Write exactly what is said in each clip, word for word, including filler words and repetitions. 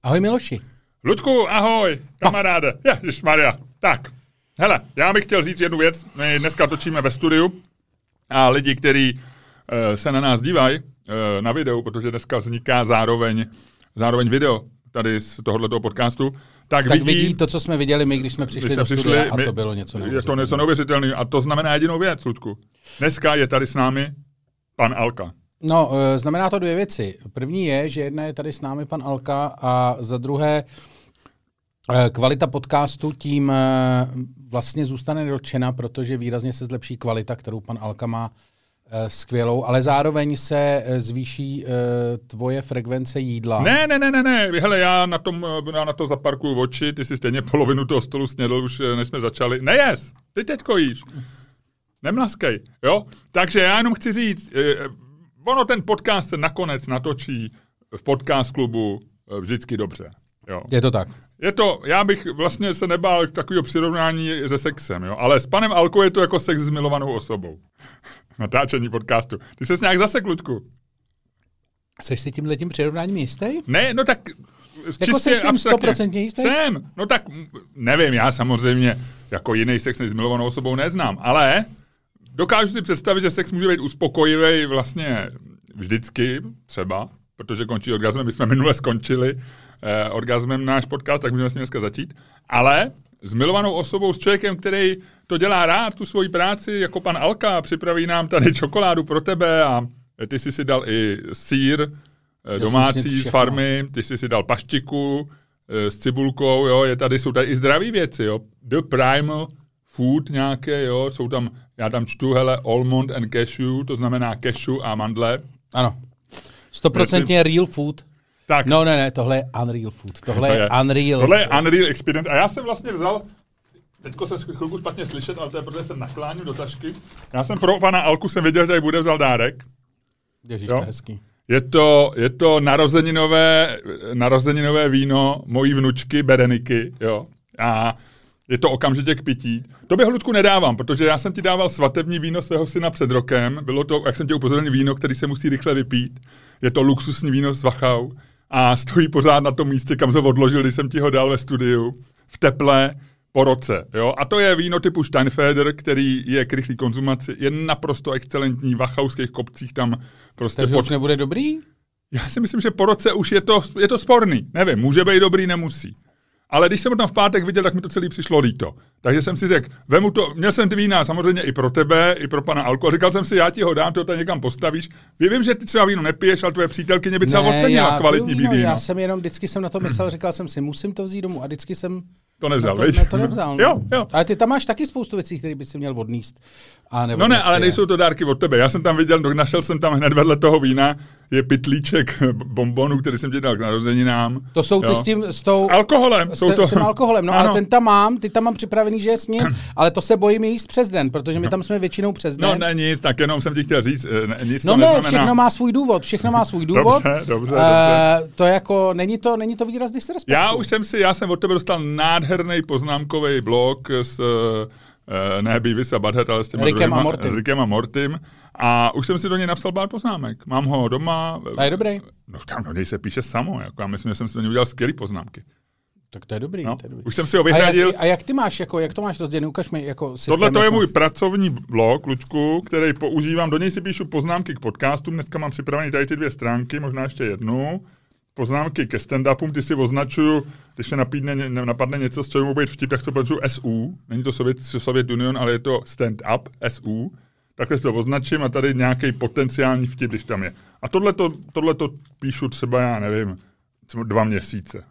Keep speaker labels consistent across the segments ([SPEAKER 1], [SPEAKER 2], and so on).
[SPEAKER 1] Ahoj Miloši.
[SPEAKER 2] Ludku, ahoj, kamaráde. Ježišmarja. Tak, hele, já bych chtěl říct jednu věc. My dneska točíme ve studiu a lidi, kteří uh, se na nás dívají uh, na videu, protože dneska vzniká zároveň, zároveň video tady z tohoto podcastu, tak,
[SPEAKER 1] tak
[SPEAKER 2] vidí,
[SPEAKER 1] vidí to, co jsme viděli my, když jsme přišli
[SPEAKER 2] když
[SPEAKER 1] do
[SPEAKER 2] jsme
[SPEAKER 1] studia
[SPEAKER 2] přišli,
[SPEAKER 1] a to bylo něco neuvěřitelného.
[SPEAKER 2] Je to něco neuvěřitelného a to znamená jedinou věc, Ludku. Dneska je tady s námi pan Alka.
[SPEAKER 1] No, znamená to dvě věci. První je, že jedna je tady s námi pan Alka a za druhé kvalita podcastu tím vlastně zůstane dotčena, protože výrazně se zlepší kvalita, kterou pan Alka má skvělou, ale zároveň se zvýší tvoje frekvence jídla.
[SPEAKER 2] Ne, ne, ne, ne, ne. Hele, já na, tom, já na to zaparkuju oči, ty si stejně polovinu toho stolu snědl už, než jsme začali. Nejes, ty teďko jíš. Nemlaskej, jo? Takže já jenom chci říct, ono ten podcast se nakonec natočí v podcast klubu vždycky dobře. Jo.
[SPEAKER 1] Je to tak.
[SPEAKER 2] Je to, já bych vlastně se nebál takového přirovnání se sexem, jo, ale s panem Alkou je to jako sex s milovanou osobou. Natáčení podcastu. Ty ses nějak zasek, Ludku.
[SPEAKER 1] Seš si tímhletím přirovnáním jistý?
[SPEAKER 2] Ne, no tak
[SPEAKER 1] jako seš tím sto procent jistý?
[SPEAKER 2] Jsem, no tak nevím, já samozřejmě jako jiný sex než s milovanou osobou neznám, ale dokážu si představit, že sex může být uspokojivý vlastně vždycky, třeba, protože končí orgasmem. My jsme minule skončili eh, orgasmem náš podcast, tak můžeme s ním dneska začít. Ale s milovanou osobou, s člověkem, který to dělá rád, tu svoji práci, jako pan Alka, připraví nám tady čokoládu pro tebe a ty jsi si dal i sýr eh, domácí z farmy, ty jsi si dal paštiku eh, s cibulkou, jo, je tady, jsou tady i zdraví věci, jo. The Primal Food nějaké, jo, jsou tam, já tam čtu, hele, almond and cashew, to znamená cashew a mandle.
[SPEAKER 1] Ano. Stoprocentně real food.
[SPEAKER 2] Tak.
[SPEAKER 1] No ne, ne, tohle je unreal food. Tohle to je, je unreal.
[SPEAKER 2] Tohle je unreal experience. A já jsem vlastně vzal, teďko se chvilku špatně slyšet, ale to je, protože jsem nakláním do tašky. Já jsem pro pana Alku jsem věděl, že tady bude, vzal dárek.
[SPEAKER 1] Ježíš, to je hezký.
[SPEAKER 2] Je to, je to narozeninové, narozeninové víno mojí vnučky Bereniky, jo. A je to okamžitě k pití. To bych, Ludku, nedávám, protože já jsem ti dával svatební víno svého syna před rokem. Bylo to, jak jsem tě upozornil, víno, který se musí rychle vypít. Je to luxusní víno z Wachau a stojí pořád na tom místě, kam se odložil, když jsem ti ho dal ve studiu, v teple, po roce. Jo? A to je víno typu Steinfeder, který je k rychlé konzumaci, je naprosto excelentní, v wachauských kopcích tam prostě...
[SPEAKER 1] Takže pod... už nebude dobrý?
[SPEAKER 2] Já si myslím, že po roce už je to, je to sporný. Nevím, může být dobrý, nemusí. Ale když jsem ho tam v pátek viděl, tak mi to celý přišlo líto. Takže jsem si řekl, vemu to, měl jsem ty vína samozřejmě i pro tebe, i pro pana Alku, a říkal jsem si, já ti ho dám, ty ho tady někam postavíš. Vím, že ty třeba víno nepiješ, ale tvoje přítelkyně by třeba ocenila kvalitní víno.
[SPEAKER 1] Já jsem jenom vždycky jsem na to myslel, říkal jsem si, musím to vzít domů a vždycky jsem
[SPEAKER 2] to nevzal,
[SPEAKER 1] to, ne, to nevzal. No.
[SPEAKER 2] Jo, jo.
[SPEAKER 1] Ale ty tam máš taky spoustu věcí, které bys si měl odníst. A
[SPEAKER 2] no ne, ale nejsou to dárky od tebe. Já jsem tam viděl, našel jsem tam hned vedle toho vína, je pytlíček bonbonů, který jsem ti dal k narozeninám.
[SPEAKER 1] To jsou ty jo. s tím, s tou...
[SPEAKER 2] S alkoholem. S,
[SPEAKER 1] jsou to... s tím alkoholem, no ano. Ale ten tam mám, ty tam mám připravený, že je s ním, ale to se bojím jíst přes den, protože my tam jsme většinou přes den.
[SPEAKER 2] No ne, nic, tak jenom jsem ti chtěl říct, nic
[SPEAKER 1] no
[SPEAKER 2] to
[SPEAKER 1] ne,
[SPEAKER 2] neznamená.
[SPEAKER 1] všechno má svůj důvod, všechno má svůj důvod.
[SPEAKER 2] Dobře, dobře,
[SPEAKER 1] uh,
[SPEAKER 2] dobře.
[SPEAKER 1] To jako, není to, není to výraz disrespektu.
[SPEAKER 2] Já už jsem si, já jsem od tebe dostal nádherný poznámkový blog s, uh, ne Beavis a Butthead, ale s těma
[SPEAKER 1] Rickem a
[SPEAKER 2] Mortim. S Rickem a Mortim. A už jsem si do něj napsal pár poznámek. Mám ho doma.
[SPEAKER 1] A je dobrý.
[SPEAKER 2] No tam do něj se píše samo. Jako, já myslím, že jsem si do něj udělal skvělý poznámky.
[SPEAKER 1] Tak to je dobrý,
[SPEAKER 2] no,
[SPEAKER 1] to je dobrý.
[SPEAKER 2] Už jsem si ho vyhradil.
[SPEAKER 1] A jak, a jak ty máš, jako, jak to máš rozdělený? Ukaž mi jako systém.
[SPEAKER 2] Tohle to je
[SPEAKER 1] jako...
[SPEAKER 2] můj pracovní blog, Lučku, který používám. Do něj si píšu poznámky k podcastům. Dneska mám připravený tady ty dvě stránky, možná ještě jednu. Poznámky ke stand-upům, ty si označuju, když se napídne, napadne něco, z čeho může být vtip, tak se to označuju S U. Není to Sovět, Sovět Union, ale je to stand-up, S U. Takhle si to označím a tady nějaký potenciální vtip, když tam je. A tohle to píšu třeba, já nevím, třeba dva měsíce.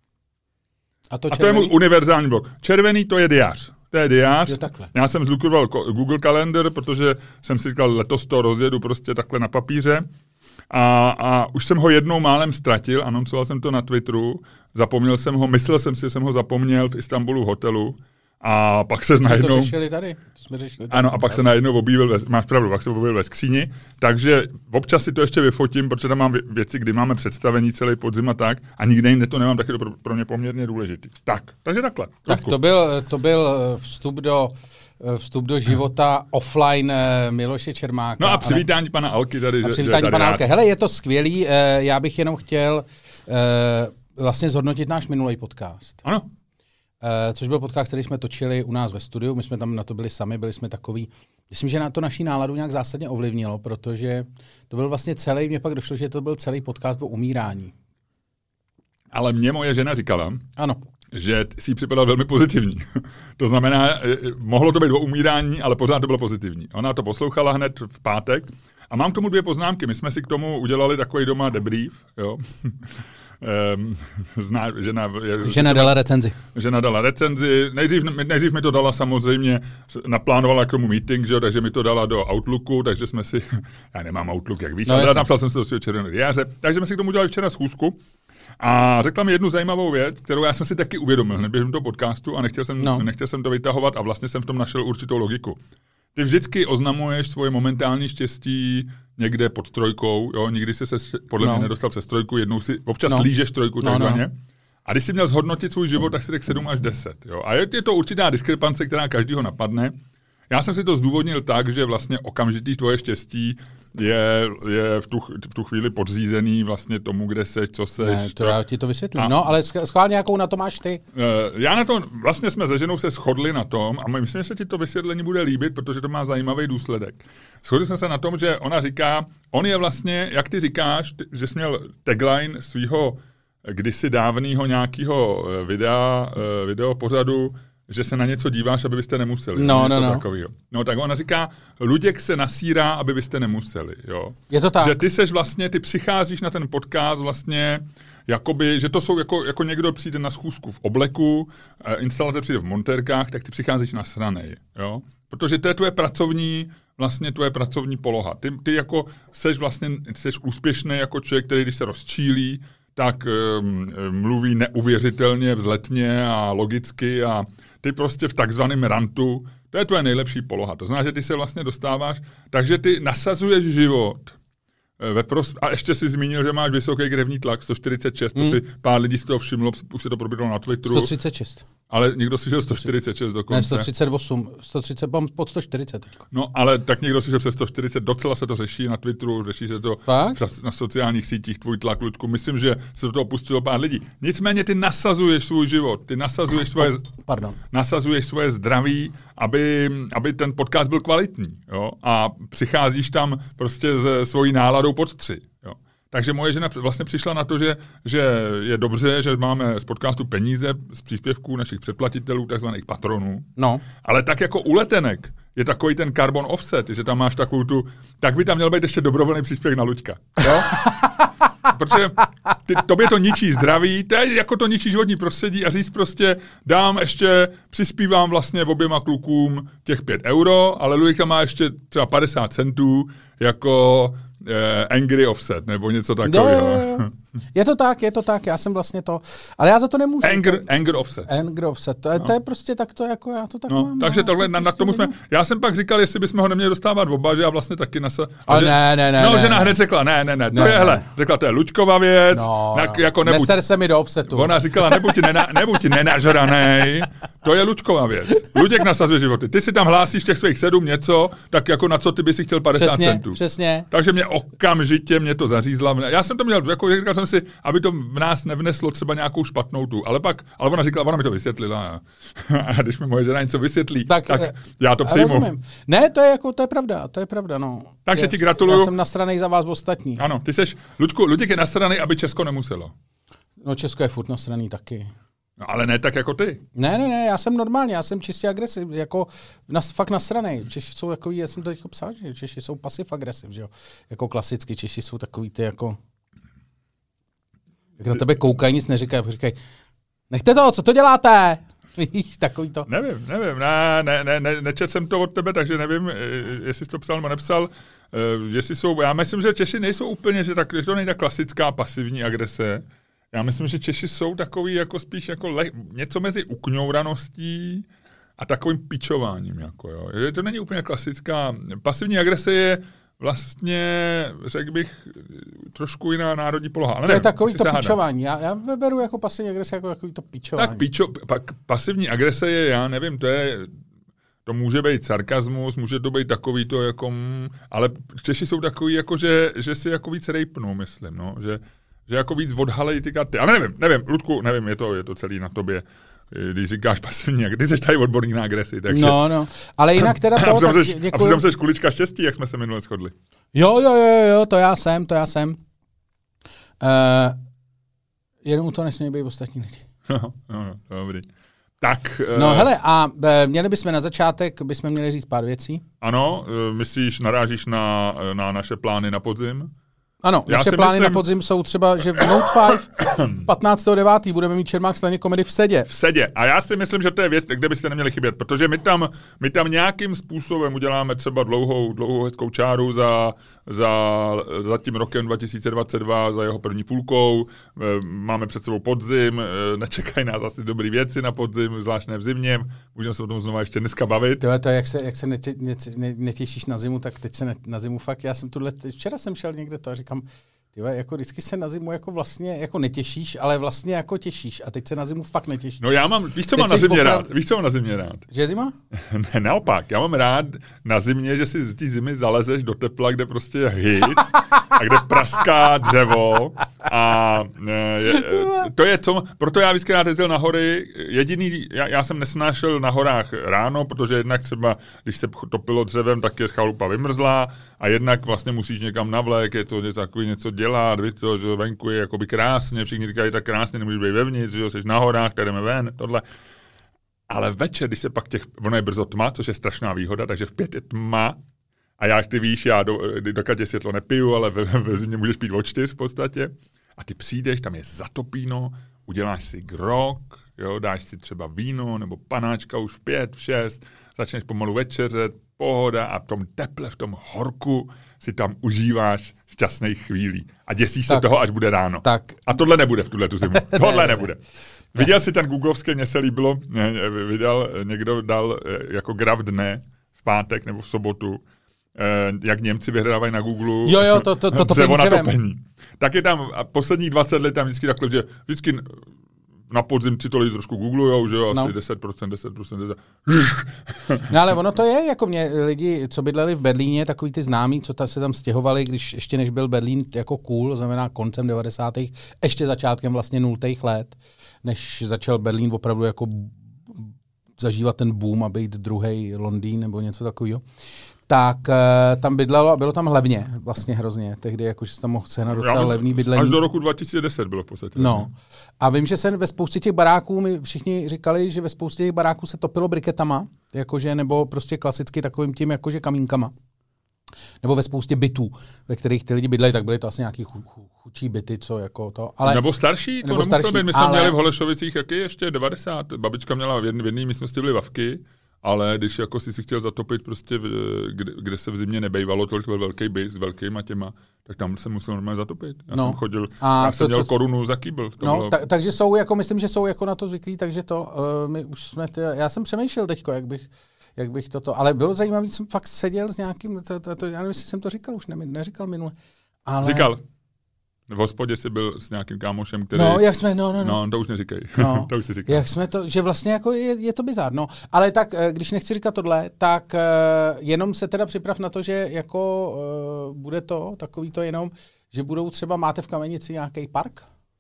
[SPEAKER 1] A to,
[SPEAKER 2] a to je můj univerzální blog. Červený to je diář. To je diář.
[SPEAKER 1] Jo,
[SPEAKER 2] já jsem zlukoval Google Calendar, protože jsem si říkal, letos to rozjedu prostě takhle na papíře. A, a už jsem ho jednou málem ztratil, anoncoval jsem to na Twitteru, zapomněl jsem ho, myslel jsem si, že jsem ho zapomněl v Istanbulu v hotelu a pak se najednou...
[SPEAKER 1] to řešili tady? To jsme řešili tady.
[SPEAKER 2] Ano, a pak se najednou objevil, ve, máš pravdu, pak se objevil ve skříni, takže občas si to ještě vyfotím, protože tam mám věci, kdy máme představení celý podzim a tak, a nikde jinde to nemám, taky to pro, pro mě poměrně důležitý. Tak, takže takhle.
[SPEAKER 1] Tak to byl, to byl vstup do... vstup do života offline Miloše Čermáka.
[SPEAKER 2] No a přivítání pana Alky tady.
[SPEAKER 1] A přivítání pana Alky. Hele, je to skvělý, já bych jenom chtěl vlastně zhodnotit náš minulý podcast.
[SPEAKER 2] Ano.
[SPEAKER 1] Uh, což byl podcast, který jsme točili u nás ve studiu, my jsme tam na to byli sami, byli jsme takový, myslím, že na to naší náladu nějak zásadně ovlivnilo, protože to byl vlastně celý, mně pak došlo, že to byl celý podcast o umírání.
[SPEAKER 2] Ale mě moje žena říkala,
[SPEAKER 1] ano.
[SPEAKER 2] že si ji připadal velmi pozitivní. To znamená, mohlo to být o umírání, ale pořád to bylo pozitivní. Ona to poslouchala hned v pátek a mám k tomu dvě poznámky. My jsme si k tomu udělali takový doma debrief, jo. Um, zná, žena, je,
[SPEAKER 1] žena dala recenzi.
[SPEAKER 2] Žena dala recenzi. Nejdřív, nejdřív mi to dala samozřejmě, naplánovala k tomu meeting, že, takže mi to dala do Outlooku, takže jsme si, já nemám Outlook, jak víš, no, ale napsal jsem si do svého červeného diáře, takže jsme si k tomu udělali včera schůzku a řekla mi jednu zajímavou věc, kterou já jsem si taky uvědomil hned během toho podcastu a nechtěl jsem, no. nechtěl jsem to vytahovat a vlastně jsem v tom našel určitou logiku. Ty vždycky oznamuješ svoje momentální štěstí někde pod trojkou, jo, nikdy jsi se podle no. mě nedostal přes trojku, jednou si občas no. lížeš trojku takzvaně. No, no. A když jsi měl zhodnotit svůj život, tak si řekl sedm až deset. Jo. A je, je to určitá diskrepance, která každýho napadne. Já jsem si to zdůvodnil tak, že vlastně okamžitý tvoje štěstí je, je v, tu, v tu chvíli podřízený vlastně tomu, kde seš, co seš.
[SPEAKER 1] Ne, to já ti to vysvětlím. A, no, ale schválně, jakou na to máš ty?
[SPEAKER 2] Já na to, vlastně jsme se ženou se shodli na tom, a myslím, že se ti to vysvětlení bude líbit, protože to má zajímavý důsledek. Shodli jsme se na tom, že ona říká, on je vlastně, jak ty říkáš, ty, že jsi měl tagline svýho kdysi dávného nějakého videa, video pořadu, že se na něco díváš, aby byste nemuseli.
[SPEAKER 1] No, no, no.
[SPEAKER 2] Takovýho. No, tak ona říká, Luděk se nasírá, aby byste nemuseli. Jo.
[SPEAKER 1] Je to tak.
[SPEAKER 2] Že ty seš vlastně, ty přicházíš na ten podcast vlastně, jakoby, že to jsou jako, jako někdo přijde na schůzku v obleku, instalatér přijde v montérkách, tak ty přicházíš nasranej. Jo. Protože to je tvoje pracovní, vlastně tvoje pracovní poloha. Ty, ty jako seš vlastně, seš úspěšný jako člověk, který když se rozčílí, tak um, mluví neuvěřitelně, vzletně a logicky a ty prostě v takzvaném rantu, to je tvoje nejlepší poloha. To znamená, že ty se vlastně dostáváš, takže ty nasazuješ život. Ve pros- a ještě si zmínil, že máš vysoký krevní tlak, sto čtyřicet šest, hmm. to si pár lidí z toho všimlo, už se to proběhlo na Twitteru.
[SPEAKER 1] sto třicet šest.
[SPEAKER 2] Ale někdo si žil sto čtyřicet šest dokonce.
[SPEAKER 1] Ne, sto třicet osm, sto třicet, mám pod sto čtyřicet.
[SPEAKER 2] No, ale tak někdo si žil přes sto čtyřicet, docela se to řeší na Twitteru, řeší se to
[SPEAKER 1] Fakt?
[SPEAKER 2] na sociálních sítích, tvůj tlak, Ludku. Myslím, že se do toho pustilo pár lidí. Nicméně ty nasazuješ svůj život, ty nasazuješ svoje,
[SPEAKER 1] Pardon.
[SPEAKER 2] nasazuješ svoje zdraví, aby, aby ten podcast byl kvalitní. Jo? A přicházíš tam prostě se svojí náladou pod tři. Jo? Takže moje žena vlastně přišla na to, že, že je dobře, že máme z podcastu peníze z příspěvků našich předplatitelů, takzvaných patronů.
[SPEAKER 1] No.
[SPEAKER 2] Ale tak jako u letenek je takový ten carbon offset, že tam máš takovou tu, tak by tam měl být ještě dobrovolný příspěvek na Luďka. Jo? Protože ty, tobě to ničí zdraví, to je jako to ničí životní prostředí a říct prostě dám ještě, přispívám vlastně oběma klukům těch pět euro, ale Luďka má ještě třeba padesát centů jako eh, angry offset nebo něco takového.
[SPEAKER 1] Je to tak, je to tak, já jsem vlastně to, ale já za to nemůžu.
[SPEAKER 2] Anger, anger offset.
[SPEAKER 1] Anger offset, to je, no. to je prostě tak to, jako já to tak
[SPEAKER 2] no,
[SPEAKER 1] mám.
[SPEAKER 2] Takže
[SPEAKER 1] no,
[SPEAKER 2] tohle,
[SPEAKER 1] to
[SPEAKER 2] na,
[SPEAKER 1] prostě
[SPEAKER 2] na tomu jsme, já jsem pak říkal, jestli bychom ho neměli dostávat oba, že já vlastně taky nasa...
[SPEAKER 1] Ale
[SPEAKER 2] že,
[SPEAKER 1] ne, ne, ne.
[SPEAKER 2] No,
[SPEAKER 1] ne,
[SPEAKER 2] žena
[SPEAKER 1] ne.
[SPEAKER 2] hned řekla, ne, ne, ne, to
[SPEAKER 1] ne,
[SPEAKER 2] je, hele, řekla, to je Luďkova věc.
[SPEAKER 1] No,
[SPEAKER 2] na, jako nebuď,
[SPEAKER 1] neser se mi do offsetu.
[SPEAKER 2] Ona říkala, nebuď, nena, nebuď nenažranej, to je Luďkova věc. Luděk nasazuje životy. Ty si tam hlásíš těch svých sedm něco, tak jako na co ty by si chtěl padesát
[SPEAKER 1] přesně,
[SPEAKER 2] centů.
[SPEAKER 1] Přesně.
[SPEAKER 2] Takže mě okamžitě mě to zařízla. Já jsem to měl, jako říkal jsem si, aby to v nás nevneslo třeba nějakou špatnou tu, ale pak, ale ona říkala, ona mi to vysvětlila a když mi moje žena něco vysvětlí, tak, tak já to přijmu.
[SPEAKER 1] Rozumím. Ne, to je jako, to je pravda, to je pravda, no.
[SPEAKER 2] Takže
[SPEAKER 1] já,
[SPEAKER 2] ti gratuluju.
[SPEAKER 1] Já jsem nasranej za vás ostatní.
[SPEAKER 2] Ano, ty seš, Luďku, Luděk je nasranej, aby Česko nemuselo.
[SPEAKER 1] No Česko je furt nasraný taky.
[SPEAKER 2] No, ale ne tak jako ty.
[SPEAKER 1] Ne, ne, ne, já jsem normálně, já jsem čistě agresiv, jako nas, fakt nasranej. Češi jsou takový, já jsem to teď psal, že Češi jsou pasiv agresiv, že jo. Jako klasicky, Češi jsou takový ty jako, jak na tebe koukají, nic neříkají, říkají, nechte to, co to děláte? Víš, takový to.
[SPEAKER 2] Nevím, nevím, ne, ne, ne, ne, nečet jsem to od tebe, takže nevím, jestli jsi to psal nebo nepsal, jestli jsou, já myslím, že Češi nejsou úplně, že, tak, že to není ta klasická pasivní agrese. Já myslím, že Češi jsou takový jako spíš jako le, něco mezi ukňouraností a takovým pičováním. Jako, jo. To není úplně klasická. Pasivní agrese je vlastně, řekl bych, trošku jiná národní poloha. Ale
[SPEAKER 1] to
[SPEAKER 2] nevím,
[SPEAKER 1] je takový to pičování. Já, já beru jako pasivní agrese jako takový to pičování.
[SPEAKER 2] Tak pičo, pa, pasivní agrese je, já nevím, to je... To může být sarkazmus, může to být takový to jako... Ale Češi jsou takový, jako že, že si jako víc rejpnou, myslím, no. Že, že jako víc odhalej ty karty. Ale nevím, nevím, Ludku, nevím, je to, je to celý na tobě. Když říkáš pasivní, jak ty jsi tady odborník na agresi. Takže...
[SPEAKER 1] No, no, ale jinak teda to,
[SPEAKER 2] tak
[SPEAKER 1] tak
[SPEAKER 2] seš,
[SPEAKER 1] děkuju.
[SPEAKER 2] A přitom seš kulička štěstí, jak jsme se minule shodli.
[SPEAKER 1] Jo, jo, jo, jo, to já jsem, to já jsem. Uh, jenom to nesmí být ostatní lidi.
[SPEAKER 2] No, no, no, dobrý. Tak,
[SPEAKER 1] no
[SPEAKER 2] uh,
[SPEAKER 1] hele, a uh, měli bychom na začátek, bychom měli říct pár věcí.
[SPEAKER 2] Ano, uh, myslíš, narážíš na, na naše plány na podzim?
[SPEAKER 1] Ano,
[SPEAKER 2] Já
[SPEAKER 1] naše plány myslím... na podzim jsou třeba, že v Note pět patnáctého devátého budeme mít Čermák Slaně komedy v Sedě.
[SPEAKER 2] V Sedě. A já si myslím, že to je věc, kde byste neměli chybět, protože my tam, my tam nějakým způsobem uděláme třeba dlouhou, dlouhou hezkou čáru za, za, za tím rokem dva tisíce dvacet dva, za jeho první půlkou. Máme před sebou podzim, nečekají nás asi dobrý věci na podzim, zvlášť ne v zimě. Můžeme se o tom znovu ještě dneska bavit.
[SPEAKER 1] Tyhle, to jak se, jak se netě, ne, netěšíš na zimu, tak teď se ne, na zimu fakt, já jsem tuhle, včera jsem šel někde to a říkám, tyhle, jako vždycky se na zimu jako vlastně jako netěšíš, ale vlastně jako těšíš a teď se na zimu fakt netěšíš.
[SPEAKER 2] No já mám, víš co teď mám na zimě poprav... rád? Víš co mám na zimě rád?
[SPEAKER 1] Že je zima?
[SPEAKER 2] Ne, naopak, já mám rád na zimě, že si z té zimy zalezeš do tepla, kde prostě je hyc a kde praská dřevo a je, to je co, proto já vždycky rád jezdil na hory, jediný, já, já jsem nesnášel na horách ráno, protože jednak třeba, když se topilo dřevem, tak je chalupa vymrzlá a jednak vlastně musíš někam navlék, je to něco, takový něco dělat, víš to, že venku je jakoby krásně, všichni říkají, tak krásně, nemůžeš být vevnitř, že jsi na horách, tak jdeme ven, tohle. Ale večer, když se pak těch, ono je brzo tma, což je strašná výhoda, takže v pět je tma a já, ty víš, já do, dokud je světlo nepiju, ale ve, ve zimě můžeš pít o čtyř v podstatě a ty přijdeš, tam je zatopíno, uděláš si grog, jo, dáš si třeba víno nebo panáčka už v pět, v šest, začneš pomalu večeřet, pohoda a v tom teple, v tom horku si tam užíváš šťastných chvílí a děsíš tak, se toho, až bude ráno. Tak. A tohle nebude v tuhle tu zimu. Tohle nebude. Viděl jsi ten googlovský, mně se líbilo, vydal, někdo dal jako graf dne v pátek nebo v sobotu, jak Němci vyhledávají na Google
[SPEAKER 1] jo, jo, to, to, to, to
[SPEAKER 2] dřevo na topení. Tak je tam, a posledních dvacet let tam vždycky takhle, že vždycky na podzim si to lidi trošku googlujou, že jo, asi no. deset procent, deset procent, deset procent.
[SPEAKER 1] No ale ono to je, jako mě lidi, co bydleli v Berlíně, takový ty známí, co ta, se tam stěhovali, když ještě než byl Berlín jako cool, znamená koncem devadesátých ještě začátkem vlastně nultých let, než začal Berlín opravdu jako zažívat ten boom a být druhej Londýn nebo něco takového. Tak uh, tam bydlelo a bylo tam levně, vlastně hrozně, tehdy jakože se tam mohl sehnat docela myslím, levný bydlení.
[SPEAKER 2] Až do roku dva tisíce deset bylo v podstatě.
[SPEAKER 1] No. A vím, že se ve spoustě těch baráků, my všichni říkali, že ve spoustě těch baráků se topilo briketama, jakože, nebo prostě klasicky takovým tím jakože kamínkama. Nebo ve spoustě bytů, ve kterých ty lidi bydleli, tak byly to asi nějaký chu, chu, chučí byty, co jako to. Ale,
[SPEAKER 2] nebo starší, to nebo starší, být. My jsme ale... měli v Holešovicích, jaký ještě devadesát, babička měla v jedné, v jedné místnosti byly vavky, ale když jako si si chtěl zatopit prostě, kde, kde se v zimě nebejvalo, tolik byl velký byt s velkýma těma, tak tam se musel normálně zatopit. Já no. jsem chodil, a já jsem to, měl to, korunu za kýbl. To
[SPEAKER 1] no,
[SPEAKER 2] bylo...
[SPEAKER 1] ta, takže jsou, jako myslím, že jsou jako na to zvyklí, takže to, uh, my už jsme, ty, já jsem přemýšlel teďko, jak bych, jak bych toto, ale bylo zajímavé, jsem fakt seděl s nějakým, to, to, to, já nevím, jestli jsem to říkal, už ne, neříkal minule. Ale...
[SPEAKER 2] Říkal. V hospodě jsi byl s nějakým kámošem, který...
[SPEAKER 1] No, jak jsme, no, no,
[SPEAKER 2] no. No, to už neříkej.
[SPEAKER 1] No,
[SPEAKER 2] to už si říkal.
[SPEAKER 1] Jak jsme to, že vlastně jako je, je to bizár, no. Ale tak, když nechci říkat tohle, tak uh, jenom se teda připrav na to, že jako uh, bude to, takový to jenom, že budou třeba, máte v Kamenici nějaký park?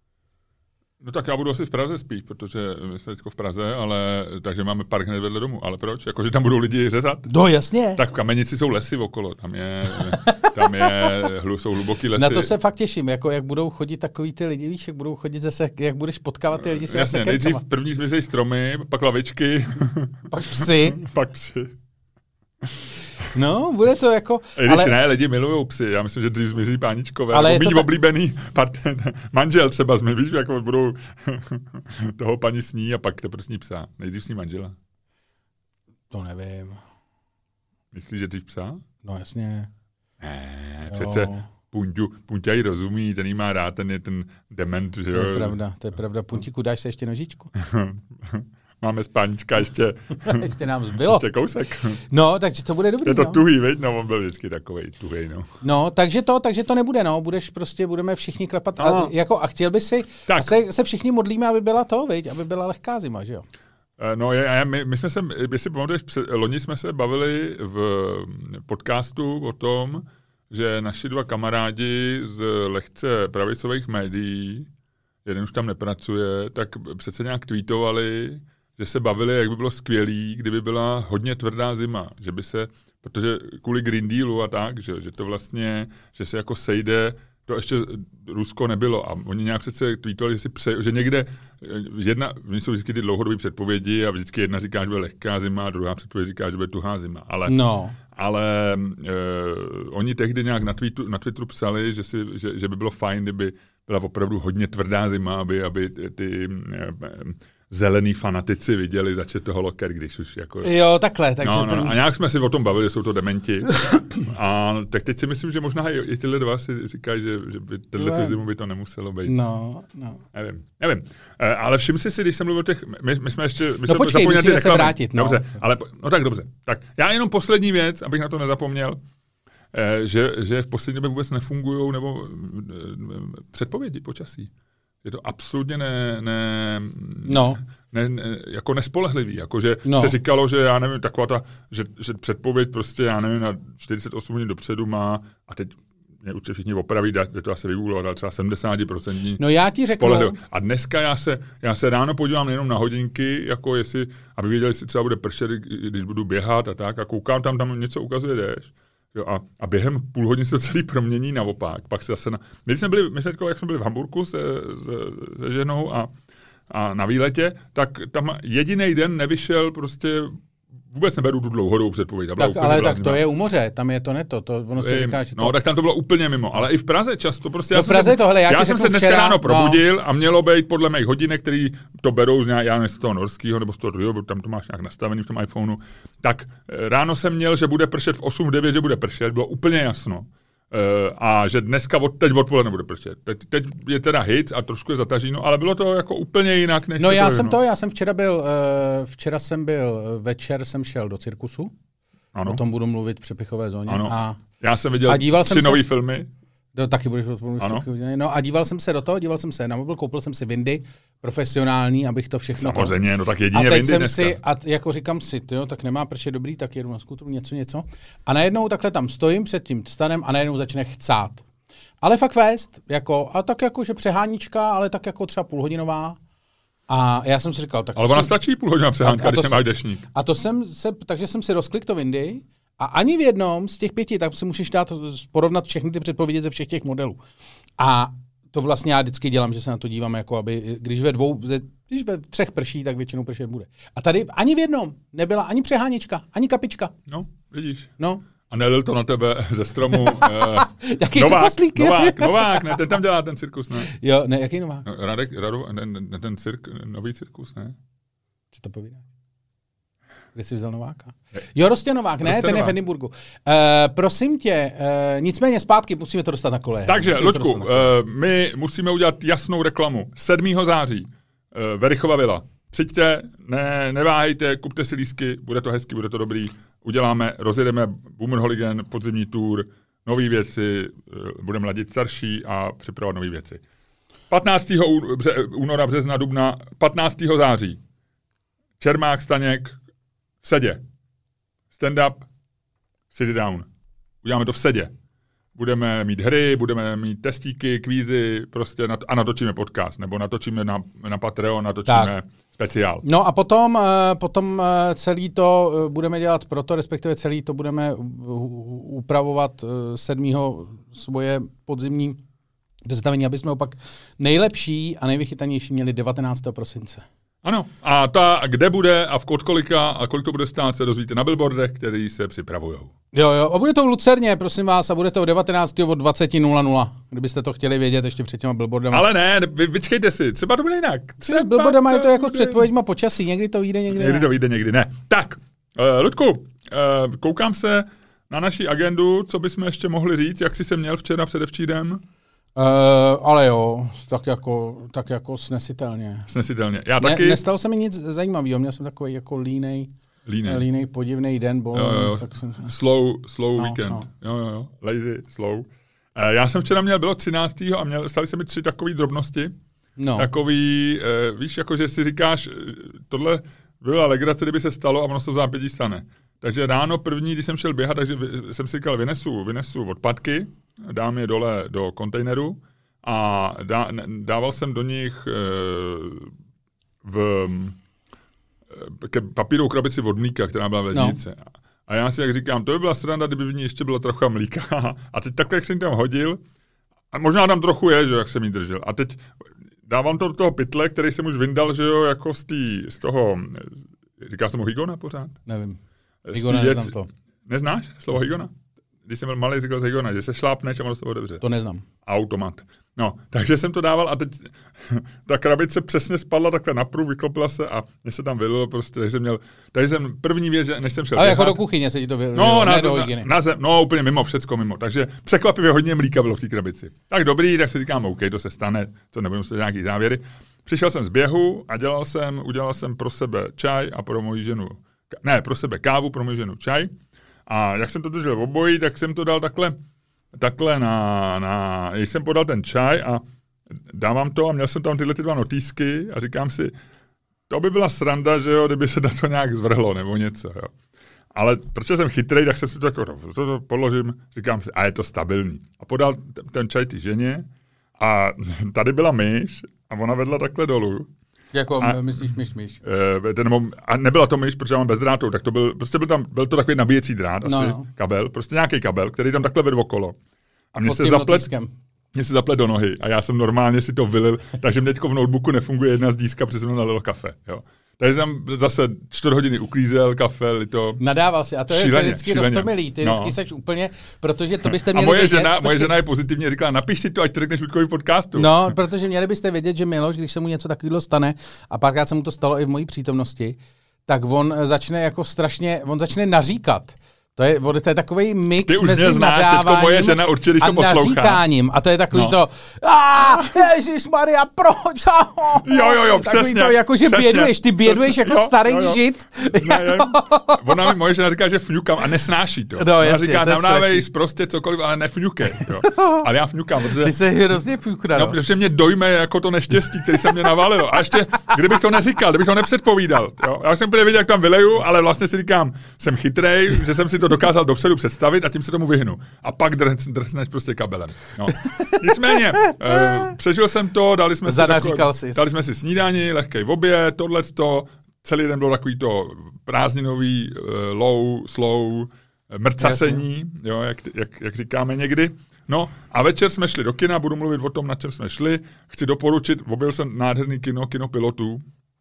[SPEAKER 2] No tak já budu asi v Praze spíš, protože my jsme teď v Praze, ale takže máme park hned vedle domu. Ale proč? Jakože tam budou lidi řezat?
[SPEAKER 1] No jasně.
[SPEAKER 2] Tak v Kamenici jsou lesy okolo, tam je, tam je, jsou hluboký lesy.
[SPEAKER 1] Na to se fakt těším, jako jak budou chodit takový ty lidi, víš, jak budou chodit zase, jak budeš potkávat ty lidi se
[SPEAKER 2] jasně, nejdřív první zmizej stromy, pak lavičky.
[SPEAKER 1] Pak psy.
[SPEAKER 2] pak psy.
[SPEAKER 1] No, bude to jako...
[SPEAKER 2] I když ale... ne, lidi milujou psy, já myslím, že dřív zmizí páničkové, ale mý tak... oblíbený part... manžel třeba jsme, víš, jako budou toho paní sní a pak teprve sní psa. Nejdřív sní manžela.
[SPEAKER 1] To nevím.
[SPEAKER 2] Myslíš, že dřív psa?
[SPEAKER 1] No jasně.
[SPEAKER 2] Ne, přece Punťu, Punťa jí rozumí, ten jí má rád, ten je ten dement, že jo.
[SPEAKER 1] To je pravda, to je pravda. Puntíku, dáš se ještě nožičku?
[SPEAKER 2] Máme spánička ještě.
[SPEAKER 1] ještě nám zbylo.
[SPEAKER 2] Ještě kousek.
[SPEAKER 1] No, takže to bude dobrý.
[SPEAKER 2] Je to
[SPEAKER 1] no.
[SPEAKER 2] tuhý, veď? No, on byl vždycky takovej tuhej, no.
[SPEAKER 1] No, takže to, takže to nebude, no. Budeš prostě, budeme všichni klepat. A, jako, a chtěl by si, a se, se všichni modlíme, aby byla to, veď? Aby byla lehká zima, že jo?
[SPEAKER 2] No, já, my, my jsme se, jestli pamatuješ, loni jsme se bavili v podcastu o tom, že naši dva kamarádi z lehce pravicových médií, jeden už tam nepracuje, tak přece nějak tweetovali, že se bavili, jak by bylo skvělý, kdyby byla hodně tvrdá zima, že by se, protože kvůli Green Dealu a tak, že, že to vlastně, že se jako sejde, to ještě Rusko nebylo a oni nějak přece tweetovali, že si přeje, že někde jedna, oni jsou vždycky ty dlouhodobé předpovědi a vždycky jedna říká, že bude lehká zima a druhá předpověď říká, že bude tuhá zima, ale,
[SPEAKER 1] no.
[SPEAKER 2] ale eh, oni tehdy nějak na, tweetu, na Twitteru psali, že, si, že, že by bylo fajn, kdyby byla opravdu hodně tvrdá zima, aby, aby ty eh, zelený fanatici viděli začet toho loker, když už jako...
[SPEAKER 1] Jo, takhle. Takže
[SPEAKER 2] no, no, ten... A nějak jsme si o tom bavili, jsou to dementi. A tak teď si myslím, že možná i, i tyhle dva si říkají, že, že by tenhle zimu by to nemuselo být.
[SPEAKER 1] No, no.
[SPEAKER 2] Nevím, nevím. E, ale všim si si, když jsem mluvil o těch... My, my jsme ještě... My
[SPEAKER 1] no počkej, musíme se vrátit. No.
[SPEAKER 2] Dobře, ale... No tak dobře. Tak já jenom poslední věc, abych na to nezapomněl, e, že, že v poslední době vůbec nefungujou nebo e, předpovědi počasí. Je to absolutně ne, ne,
[SPEAKER 1] no.
[SPEAKER 2] ne, ne, jako nespolehlivý. Jako, že
[SPEAKER 1] no.
[SPEAKER 2] se říkalo, že já nevím, taková ta, že, že předpověď prostě, já nevím, na čtyřicet osm hodin dopředu má, a teď mě určitě všichni opraví, že to asi vygooglovat, ale třeba sedmdesát procent
[SPEAKER 1] no já ti řeknu.
[SPEAKER 2] A dneska já se, já se ráno podívám jenom na hodinky, jako jestli, aby věděli, jestli třeba bude pršet, když budu běhat a tak, a koukám, tam tam něco ukazuje déšť. Jo, a, a během půl hodiny se to celý promění naopak. Pak se zase na... My jsme byli, my jsme jak jsme byli v Hamburku se, se, se ženou a, a na výletě, tak tam jediný den nevyšel prostě, vůbec neberu tu dlouhodobou předpověď.
[SPEAKER 1] Tak, ale tak to je u moře, tam je to neto, to ono se říká, že to...
[SPEAKER 2] No, tak tam to bylo úplně mimo, ale i v Praze často prostě...
[SPEAKER 1] No,
[SPEAKER 2] já
[SPEAKER 1] v Praze
[SPEAKER 2] jsem,
[SPEAKER 1] tohle, já,
[SPEAKER 2] já jsem se dneska
[SPEAKER 1] včera,
[SPEAKER 2] ráno probudil
[SPEAKER 1] no.
[SPEAKER 2] a mělo být podle mých hodinek, který to berou z nějak, já nevím, z toho norského nebo z toho druhého, tam to máš nějak nastavený v tom iPhoneu, tak ráno jsem měl, že bude pršet v osm devět, že bude pršet, bylo úplně jasno. Uh, a že dneska od, teď odpoledne bude pršet. Teď, teď je teda hejc a trošku je zataženo, ale bylo to jako úplně jinak, než
[SPEAKER 1] no já
[SPEAKER 2] to
[SPEAKER 1] jsem
[SPEAKER 2] no.
[SPEAKER 1] to, já jsem včera byl, uh, včera jsem byl, večer jsem šel do cirkusu, ano. O tom budu mluvit v přepichové zóně.
[SPEAKER 2] Ano.
[SPEAKER 1] A,
[SPEAKER 2] já jsem viděl
[SPEAKER 1] a díval
[SPEAKER 2] tři nový filmy.
[SPEAKER 1] Do, taky budeš mluvit v přepichové zóně. No a díval jsem se do toho, díval jsem se na mobil, koupil jsem si windy profesionální, abych to všechno...
[SPEAKER 2] Samozřejmě, to... no tak jedině
[SPEAKER 1] windy
[SPEAKER 2] dneska.
[SPEAKER 1] A teď jsem si, a jako říkám si, tyjo, tak nemá prčet dobrý, tak jedu na skutru, něco, něco. A najednou takhle tam stojím před tím stanem a najednou začne chcát. Ale fakt vést, jako, a tak jako, že přehánička, ale tak jako třeba půlhodinová. A já jsem si říkal, tak...
[SPEAKER 2] Ale ona jsem... stačí půlhodinová přehánka, když nemáš dešník.
[SPEAKER 1] A to jsem se, takže jsem si rozklikl to windy a ani v jednom z těch pěti, tak si můžeš dát porovnat všechny ty předpovědi ze všech těch modelů. A to vlastně já vždycky dělám, že se na to dívám, jako aby, když ve dvou, když ve třech prší, tak většinou pršet bude. A tady ani v jednom nebyla ani přehánička, ani kapička.
[SPEAKER 2] No, vidíš.
[SPEAKER 1] No.
[SPEAKER 2] A nelil to na tebe ze stromu. uh,
[SPEAKER 1] jaký
[SPEAKER 2] Novák,
[SPEAKER 1] trpaslík,
[SPEAKER 2] Novák, Novák, ne, ten tam dělá ten cirkus, ne?
[SPEAKER 1] Jo, ne, jaký Novák?
[SPEAKER 2] No, Radek, Rado, ne, ne, ten cirk, nový cirkus, ne?
[SPEAKER 1] Co to povídá? Kde jsi vzal Nováka? Jo, Rostě Novák, ne,
[SPEAKER 2] Rostě
[SPEAKER 1] ten
[SPEAKER 2] Novák.
[SPEAKER 1] je v Edinburgu. Uh, prosím tě, uh, nicméně zpátky musíme to dostat na koleje.
[SPEAKER 2] Takže, Luďku, uh, my musíme udělat jasnou reklamu. sedmého září, uh, Verichova vila. Přijďte, ne, neváhejte, kupte si lístky, bude to hezky, bude to dobrý. Uděláme, rozjedeme Boomerholigen, podzimní tour, nové věci, budeme ladit starší a připravovat nové věci. patnáctého února, března, dubna, patnáctého září. Čermák, Staněk, v Sedě. Stand-up, sit down. Uděláme to v Sedě. Budeme mít hry, budeme mít testíky, kvízy, prostě nat- a natočíme podcast, nebo natočíme na, na Patreon, natočíme tak. Speciál.
[SPEAKER 1] No a potom, potom celý to budeme dělat proto, respektive celý to budeme upravovat sedmého svoje podzimní představení, aby jsme opak nejlepší a nejvychytanější měli devatenáctého prosince.
[SPEAKER 2] Ano, a ta, kde bude a v kolika a kolik to bude stát, se dozvíte na billboardech, který se připravujou.
[SPEAKER 1] Jo, jo, a bude to v Lucerně, prosím vás, a bude to o devatenáctého od dvacet nula nula, kdybyste to chtěli vědět ještě před těma billboardama.
[SPEAKER 2] Ale ne, vy, vyčkejte si, třeba to bude jinak. Třeba
[SPEAKER 1] s billboardama je to jako s předpověďma počasí, někdy to vyjde, někdy ne.
[SPEAKER 2] Někdy to vyjde, někdy ne. Tak, uh, Ludku, uh, koukám se na naši agendu, co bychom ještě mohli říct, jak jsi se měl včera předevčírem.
[SPEAKER 1] Uh, ale jo, tak jako, tak jako snesitelně.
[SPEAKER 2] Snesitelně. Já
[SPEAKER 1] ne,
[SPEAKER 2] taky.
[SPEAKER 1] Nestalo se mi nic zajímavého, měl jsem takový jako línej, línej, línej podivný den. Bol,
[SPEAKER 2] jo, jo.
[SPEAKER 1] Tak jsem...
[SPEAKER 2] Slow, slow
[SPEAKER 1] no,
[SPEAKER 2] weekend.
[SPEAKER 1] No.
[SPEAKER 2] Jo, jo, jo. Lazy, slow. Uh, já jsem včera měl, bylo třináctého a měl, staly se mi tři takové drobnosti.
[SPEAKER 1] No.
[SPEAKER 2] Takový, uh, víš, jako že si říkáš, tohle byla legrace, kdyby se stalo a ono se v zápětí stane. takže ráno první, když jsem šel běhat, takže jsem si říkal, vynesu, vynesu odpadky, dám je dole do kontejneru a dá, dával jsem do nich e, v e, papírovou krabici od mlíka, která byla v lednici. No. A já si jak říkám, to by byla sranda, kdyby v ní ještě byla trocha mlíka. A teď takhle, jak jsem tam hodil, a možná tam trochu je, že jak jsem jí držel. A teď dávám to do toho pytle, který jsem už vyndal, že jo, jako z, tý, z toho, říká se mu hygona pořád?
[SPEAKER 1] Nevím. Hygona neznám to.
[SPEAKER 2] Neznáš slovo hygona? Když jsem byl malý, říkal z hygona, že se šlápneš a ono se otevře.
[SPEAKER 1] To neznám.
[SPEAKER 2] Automat. No, takže jsem to dával a teď ta krabice přesně spadla takhle naprův, vyklopila se a mě se tam vylilo prostě, takže jsem měl, takže jsem první věc, než jsem šel
[SPEAKER 1] Ale
[SPEAKER 2] běhat,
[SPEAKER 1] jako do kuchyně se ti to vylilo,
[SPEAKER 2] no,
[SPEAKER 1] ne
[SPEAKER 2] na,
[SPEAKER 1] do
[SPEAKER 2] na, na zem, no úplně mimo, všecko mimo, takže překvapivě hodně mlíka bylo v té krabici. Tak dobrý, tak si říkám, OK, to se stane, to nebudu se nějaký závěry. Přišel jsem z běhu a dělal jsem, udělal jsem pro sebe čaj a pro moji ženu, ne, pro sebe kávu, pro moji ženu čaj. A jak jsem to držel v obojí, tak jsem to dal takhle, takhle na, na, když jsem podal ten čaj a dávám to a měl jsem tam tyhle ty dva notýsky a říkám si, to by byla sranda, že jo, kdyby se to nějak zvrhlo nebo něco, jo. Ale protože jsem chytrej, tak jsem si to jako, to, to položím, říkám si, a je to stabilní. A podal ten čaj ty ženě a tady byla myš a ona vedla takhle dolů.
[SPEAKER 1] Jako
[SPEAKER 2] a,
[SPEAKER 1] myslíš myš, myš.
[SPEAKER 2] E, ten, a nebyla to myš, protože mám bezdrátovou, tak to byl, prostě byl tam, byl to takový nabíjecí drát, asi
[SPEAKER 1] no, no.
[SPEAKER 2] kabel, prostě nějaký kabel, který tam takhle vedl okolo. A mě se zaplet, mě se zaplet do nohy a já jsem normálně si to vylil, takže mě teďko v notebooku nefunguje jedna z díska, protože jsem nalil kafe, jo. Takže jsem zase čtyři hodiny uklízel kafe, to
[SPEAKER 1] nadával si, a to je
[SPEAKER 2] šíleně,
[SPEAKER 1] vždycky roztomilý, ty vždycky no. seš úplně, protože to byste měli
[SPEAKER 2] a moje
[SPEAKER 1] vědět.
[SPEAKER 2] Žena,
[SPEAKER 1] počkej.
[SPEAKER 2] moje žena je pozitivně říkala, napiš si to, ať to řekneš Vítkovi v podcastu.
[SPEAKER 1] No, protože měli byste vědět, že Miloš, když se mu něco takového stane, a párkrát se mu to stalo i v mojí přítomnosti, tak on začne jako strašně, on začne naříkat. To je, to je takový mix mezi nadáváním
[SPEAKER 2] moje žena určitě, když to
[SPEAKER 1] a
[SPEAKER 2] poslouchá.
[SPEAKER 1] naříkáním. A to je takový
[SPEAKER 2] no.
[SPEAKER 1] to, ježišmarja, proč?
[SPEAKER 2] Jo, jo, jo,
[SPEAKER 1] takový
[SPEAKER 2] přesně.
[SPEAKER 1] to, jako že
[SPEAKER 2] přesně,
[SPEAKER 1] běduješ, ty běduješ
[SPEAKER 2] přesně,
[SPEAKER 1] jako
[SPEAKER 2] jo,
[SPEAKER 1] starý
[SPEAKER 2] jo, jo.
[SPEAKER 1] žid.
[SPEAKER 2] Ne, jako... Ona mi, moje žena říká, že fňukám a nesnáší to.
[SPEAKER 1] No,
[SPEAKER 2] Ona
[SPEAKER 1] jasně,
[SPEAKER 2] říká,
[SPEAKER 1] to
[SPEAKER 2] navnávej prostě cokoliv, ale nefňukej. Jo. Ale já fňukám, protože...
[SPEAKER 1] Ty se hrozně fňukna.
[SPEAKER 2] No, protože mě dojme jako to neštěstí, který se mě navalilo. A ještě, kdybych to neříkal, kdybych to nepředpovídal. Jo. Já jsem úplně věděl, jak tam vyleju, ale vlastně si říkám, jsem chytrej, že jsem si to dokázal dopředu představit a tím se tomu vyhnu. A pak drs, drsneš prostě kabelem. No. Nicméně, uh, přežil jsem to, dali jsme, si, tako, dali jsme si snídani, lehkej oběd, tohleto, celý den bylo takový to prázdninový, uh, low, slow, mrcasení, jo, jak, jak, jak říkáme někdy. No a večer jsme šli do kina, budu mluvit o tom, na čem jsme šli. Chci doporučit, objevil jsem nádherný kino, kino Pilotů.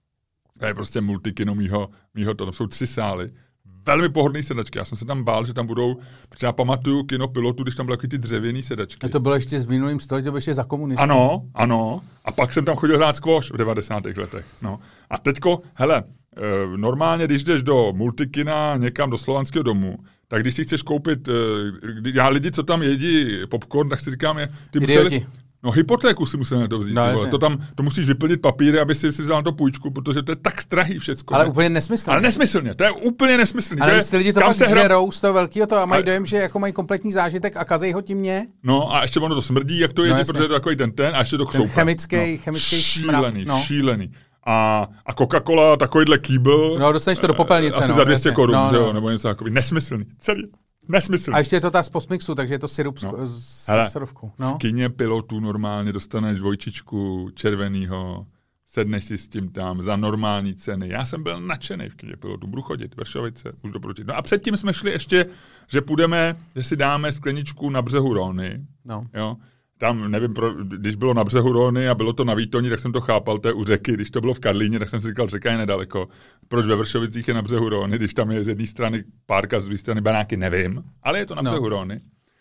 [SPEAKER 2] To je prostě multikino mýho, mýho to, to jsou tři sály. Velmi pohodlný sedačky. Já jsem se tam bál, že tam budou, protože já pamatuju kino Pilotů, když tam byly ty dřevěný sedačky.
[SPEAKER 1] A to bylo ještě z minulým století, to bylo ještě za komunistů.
[SPEAKER 2] Ano, ano. A pak jsem tam chodil hrát squash v devadesátých letech. No. A teďko, hele, e, normálně, když jdeš do multikina někam do Slovanského domu, tak když si chceš koupit, e, já lidi, co tam jedí popcorn, tak si říkám, je, ty museli... No hypotéku si musel na to vzít. No, to, tam, to musíš vyplnit papíry, aby si, si vzal na to půjčku, protože to je tak drahý všecko.
[SPEAKER 1] Ale
[SPEAKER 2] ne?
[SPEAKER 1] úplně nesmyslně.
[SPEAKER 2] Ale nesmyslně, to je úplně nesmyslný.
[SPEAKER 1] Ale když lidi to pak
[SPEAKER 2] hra...
[SPEAKER 1] žerou z toho velkého to a mají ale... dojem, že jako mají kompletní zážitek a kazej ho tím mě.
[SPEAKER 2] No a ještě ono to smrdí, jak to je, no, protože je to takový ten ten a ještě to chřouká.
[SPEAKER 1] Chemický, no. chemický
[SPEAKER 2] šílený,
[SPEAKER 1] smrad. No.
[SPEAKER 2] šílený. A, a Coca-Cola, takovýhle kýbl.
[SPEAKER 1] No, dostaneš to do popelnice.
[SPEAKER 2] Asi
[SPEAKER 1] no,
[SPEAKER 2] za dvě stě korun,
[SPEAKER 1] no, no.
[SPEAKER 2] nebo něco takový. Nesmyslný. Celý. Nesmyslný.
[SPEAKER 1] A ještě je to ta z postmixu, takže je to sirup no. s syrovkou. No.
[SPEAKER 2] V kině Pilotů normálně dostaneš dvojčičku červenýho, sedneš si s tím tam za normální ceny. Já jsem byl nadšený v kině Pilotů, budu chodit, Vršovice, už doporučit. No a předtím jsme šli ještě, že půjdeme, že si dáme skleničku na břehu Rony.
[SPEAKER 1] No.
[SPEAKER 2] Jo. Tam, nevím, pro, když bylo na břehu Rony a bylo to na Výtoni, tak jsem to chápal, to je u řeky. Když to bylo v Karlíně, tak jsem si říkal, řeka je nedaleko. Proč ve Vršovicích je na břehu Rony, když tam je z jedné strany párka, z druhé strany baráky, nevím, ale je to na no. břehu Rony.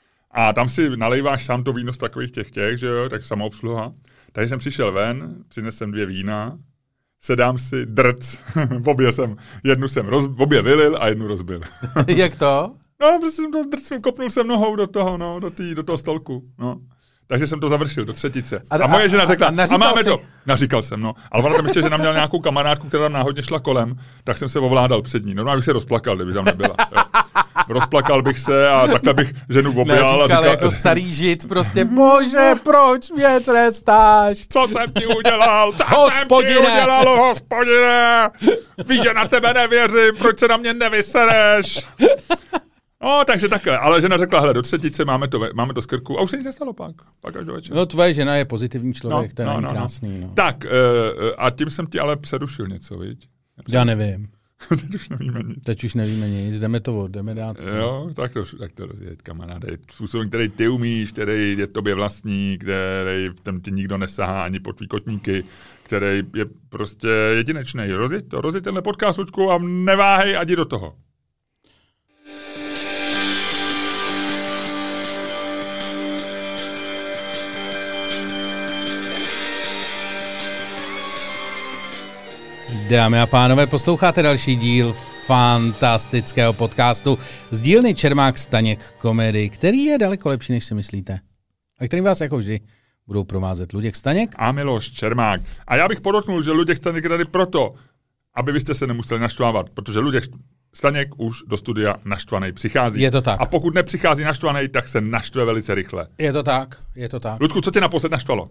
[SPEAKER 2] A tam si nalejváš sám to víno z takových těch těch, že jo, tak samoobsluha. Takže jsem přišel ven, přinesl jsem dvě vína, sedám si, drc, obě jsem, jednu jsem roz, obě vylil a jednu rozbil.
[SPEAKER 1] Jak to?
[SPEAKER 2] No, prostě jsem to drcnul, kopnul jsem nohou do toho, no, do, tý, do toho stolku, no. Takže jsem to završil do třetice. A, a moje žena řekla, a, a, a máme jsi? to. Naříkal jsem, no. Ale ona tam ještě, že nám měla nějakou kamarádku, která tam náhodně šla kolem, tak jsem se ovládal před ní. Normálně bych se rozplakal, kdyby tam nebyla. rozplakal bych se a takhle bych ženu objal a říkal...
[SPEAKER 1] jako starý žid, prostě, bože, proč mě trestáš?
[SPEAKER 2] Co jsem ti udělal? Co hospodine. jsem ti udělal, hospodine? Víš, že na tebe nevěřím, proč se na mě nevysereš? No, takže takhle. Ale žena řekla, hele, do třetice máme to, máme to z krku a už se nic nestalo pak. Pak až do večera.
[SPEAKER 1] No, tvoje žena je pozitivní člověk,
[SPEAKER 2] no,
[SPEAKER 1] to je
[SPEAKER 2] no, no,
[SPEAKER 1] krásný. No.
[SPEAKER 2] Tak, uh, a tím jsem ti ale přerušil něco, viď?
[SPEAKER 1] Já nevím.
[SPEAKER 2] Teď už nevíme nic.
[SPEAKER 1] Teď už nevíme nic, jdeme to, jdeme dát.
[SPEAKER 2] Jo, tak to, tak to rozjeď, kamaráde. Způsobem, který ty umíš, který je tobě vlastní, který v tom ti nikdo nesahá ani po tvý kotníky, který je prostě jedinečný. Rozjeď to, rozjeď tenhle podcast, Luďku, a neváhej, ať jdi do toho.
[SPEAKER 1] Dámy a pánové, posloucháte další díl fantastického podcastu z dílny Čermák Staněk Komedy, který je daleko lepší, než si myslíte. A který vás jako vždy budou provázet Luděk Staněk
[SPEAKER 2] a Miloš Čermák. A já bych podotknul, že Luděk Staněk je tady proto, aby byste se nemuseli naštvávat, protože Luděk Staněk už do studia naštvanej přichází.
[SPEAKER 1] Je to tak.
[SPEAKER 2] A pokud nepřichází naštvanej, tak se naštve velice rychle.
[SPEAKER 1] Je to tak, je to tak.
[SPEAKER 2] Ludku, co tě naposled naštvalo?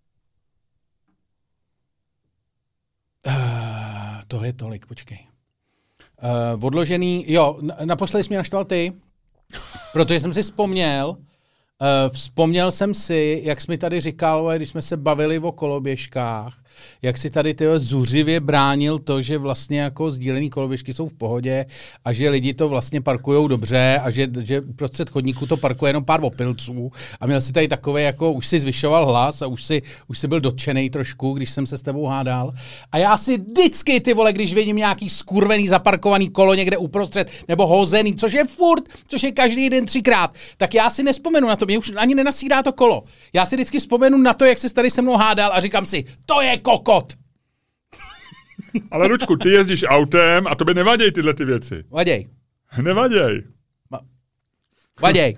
[SPEAKER 1] To je tolik, počkej. Uh, odložený, jo, naposledy jsi mě naštval ty, protože jsem si vzpomněl, uh, vzpomněl jsem si, jak jsi mi tady říkal, když jsme se bavili o koloběžkách, jak si tady tyhle zuřivě bránil to, že vlastně jako sdílený koloběžky jsou v pohodě a že lidi to vlastně parkujou dobře a že, že prostřed chodníku to parkuje jenom pár opilců a měl si tady takové, jako už si zvyšoval hlas a už si, už si byl dotčenej trošku, když jsem se s tebou hádal. A já si vždycky, ty vole, když vidím nějaký skurvený zaparkovaný kolo někde uprostřed nebo hozený, což je furt, což je každý den třikrát, tak já si nespomenu na to, mě už ani nenasírá to kolo. Já si vždycky vzpomenu na to, jak jsi tady se mnou hádal a říkám si, to je kokot.
[SPEAKER 2] Ale Luďku, ty jezdíš autem a tobě nevaděj tyhle ty věci.
[SPEAKER 1] Vaděj.
[SPEAKER 2] Nevaděj.
[SPEAKER 1] Ma- Vaděj.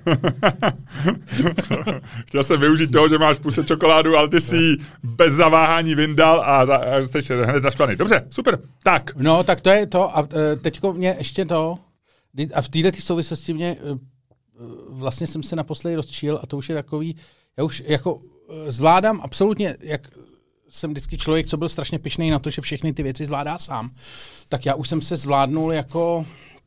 [SPEAKER 2] Chtěl jsem využít toho, že máš v puse čokoládu, ale ty si ji bez zaváhání vyndal a, za, a jsi hned naštvaný. Dobře, super. Tak.
[SPEAKER 1] No, tak to je to. A teďko mě ještě to. A v této souvislosti mě vlastně jsem se naposledy rozčíl a to už je takový, já už jako zvládám absolutně, jak jsem vždycky člověk, co byl strašně pyšnej na to, že všechny ty věci zvládá sám, tak já už jsem se zvládnul jako,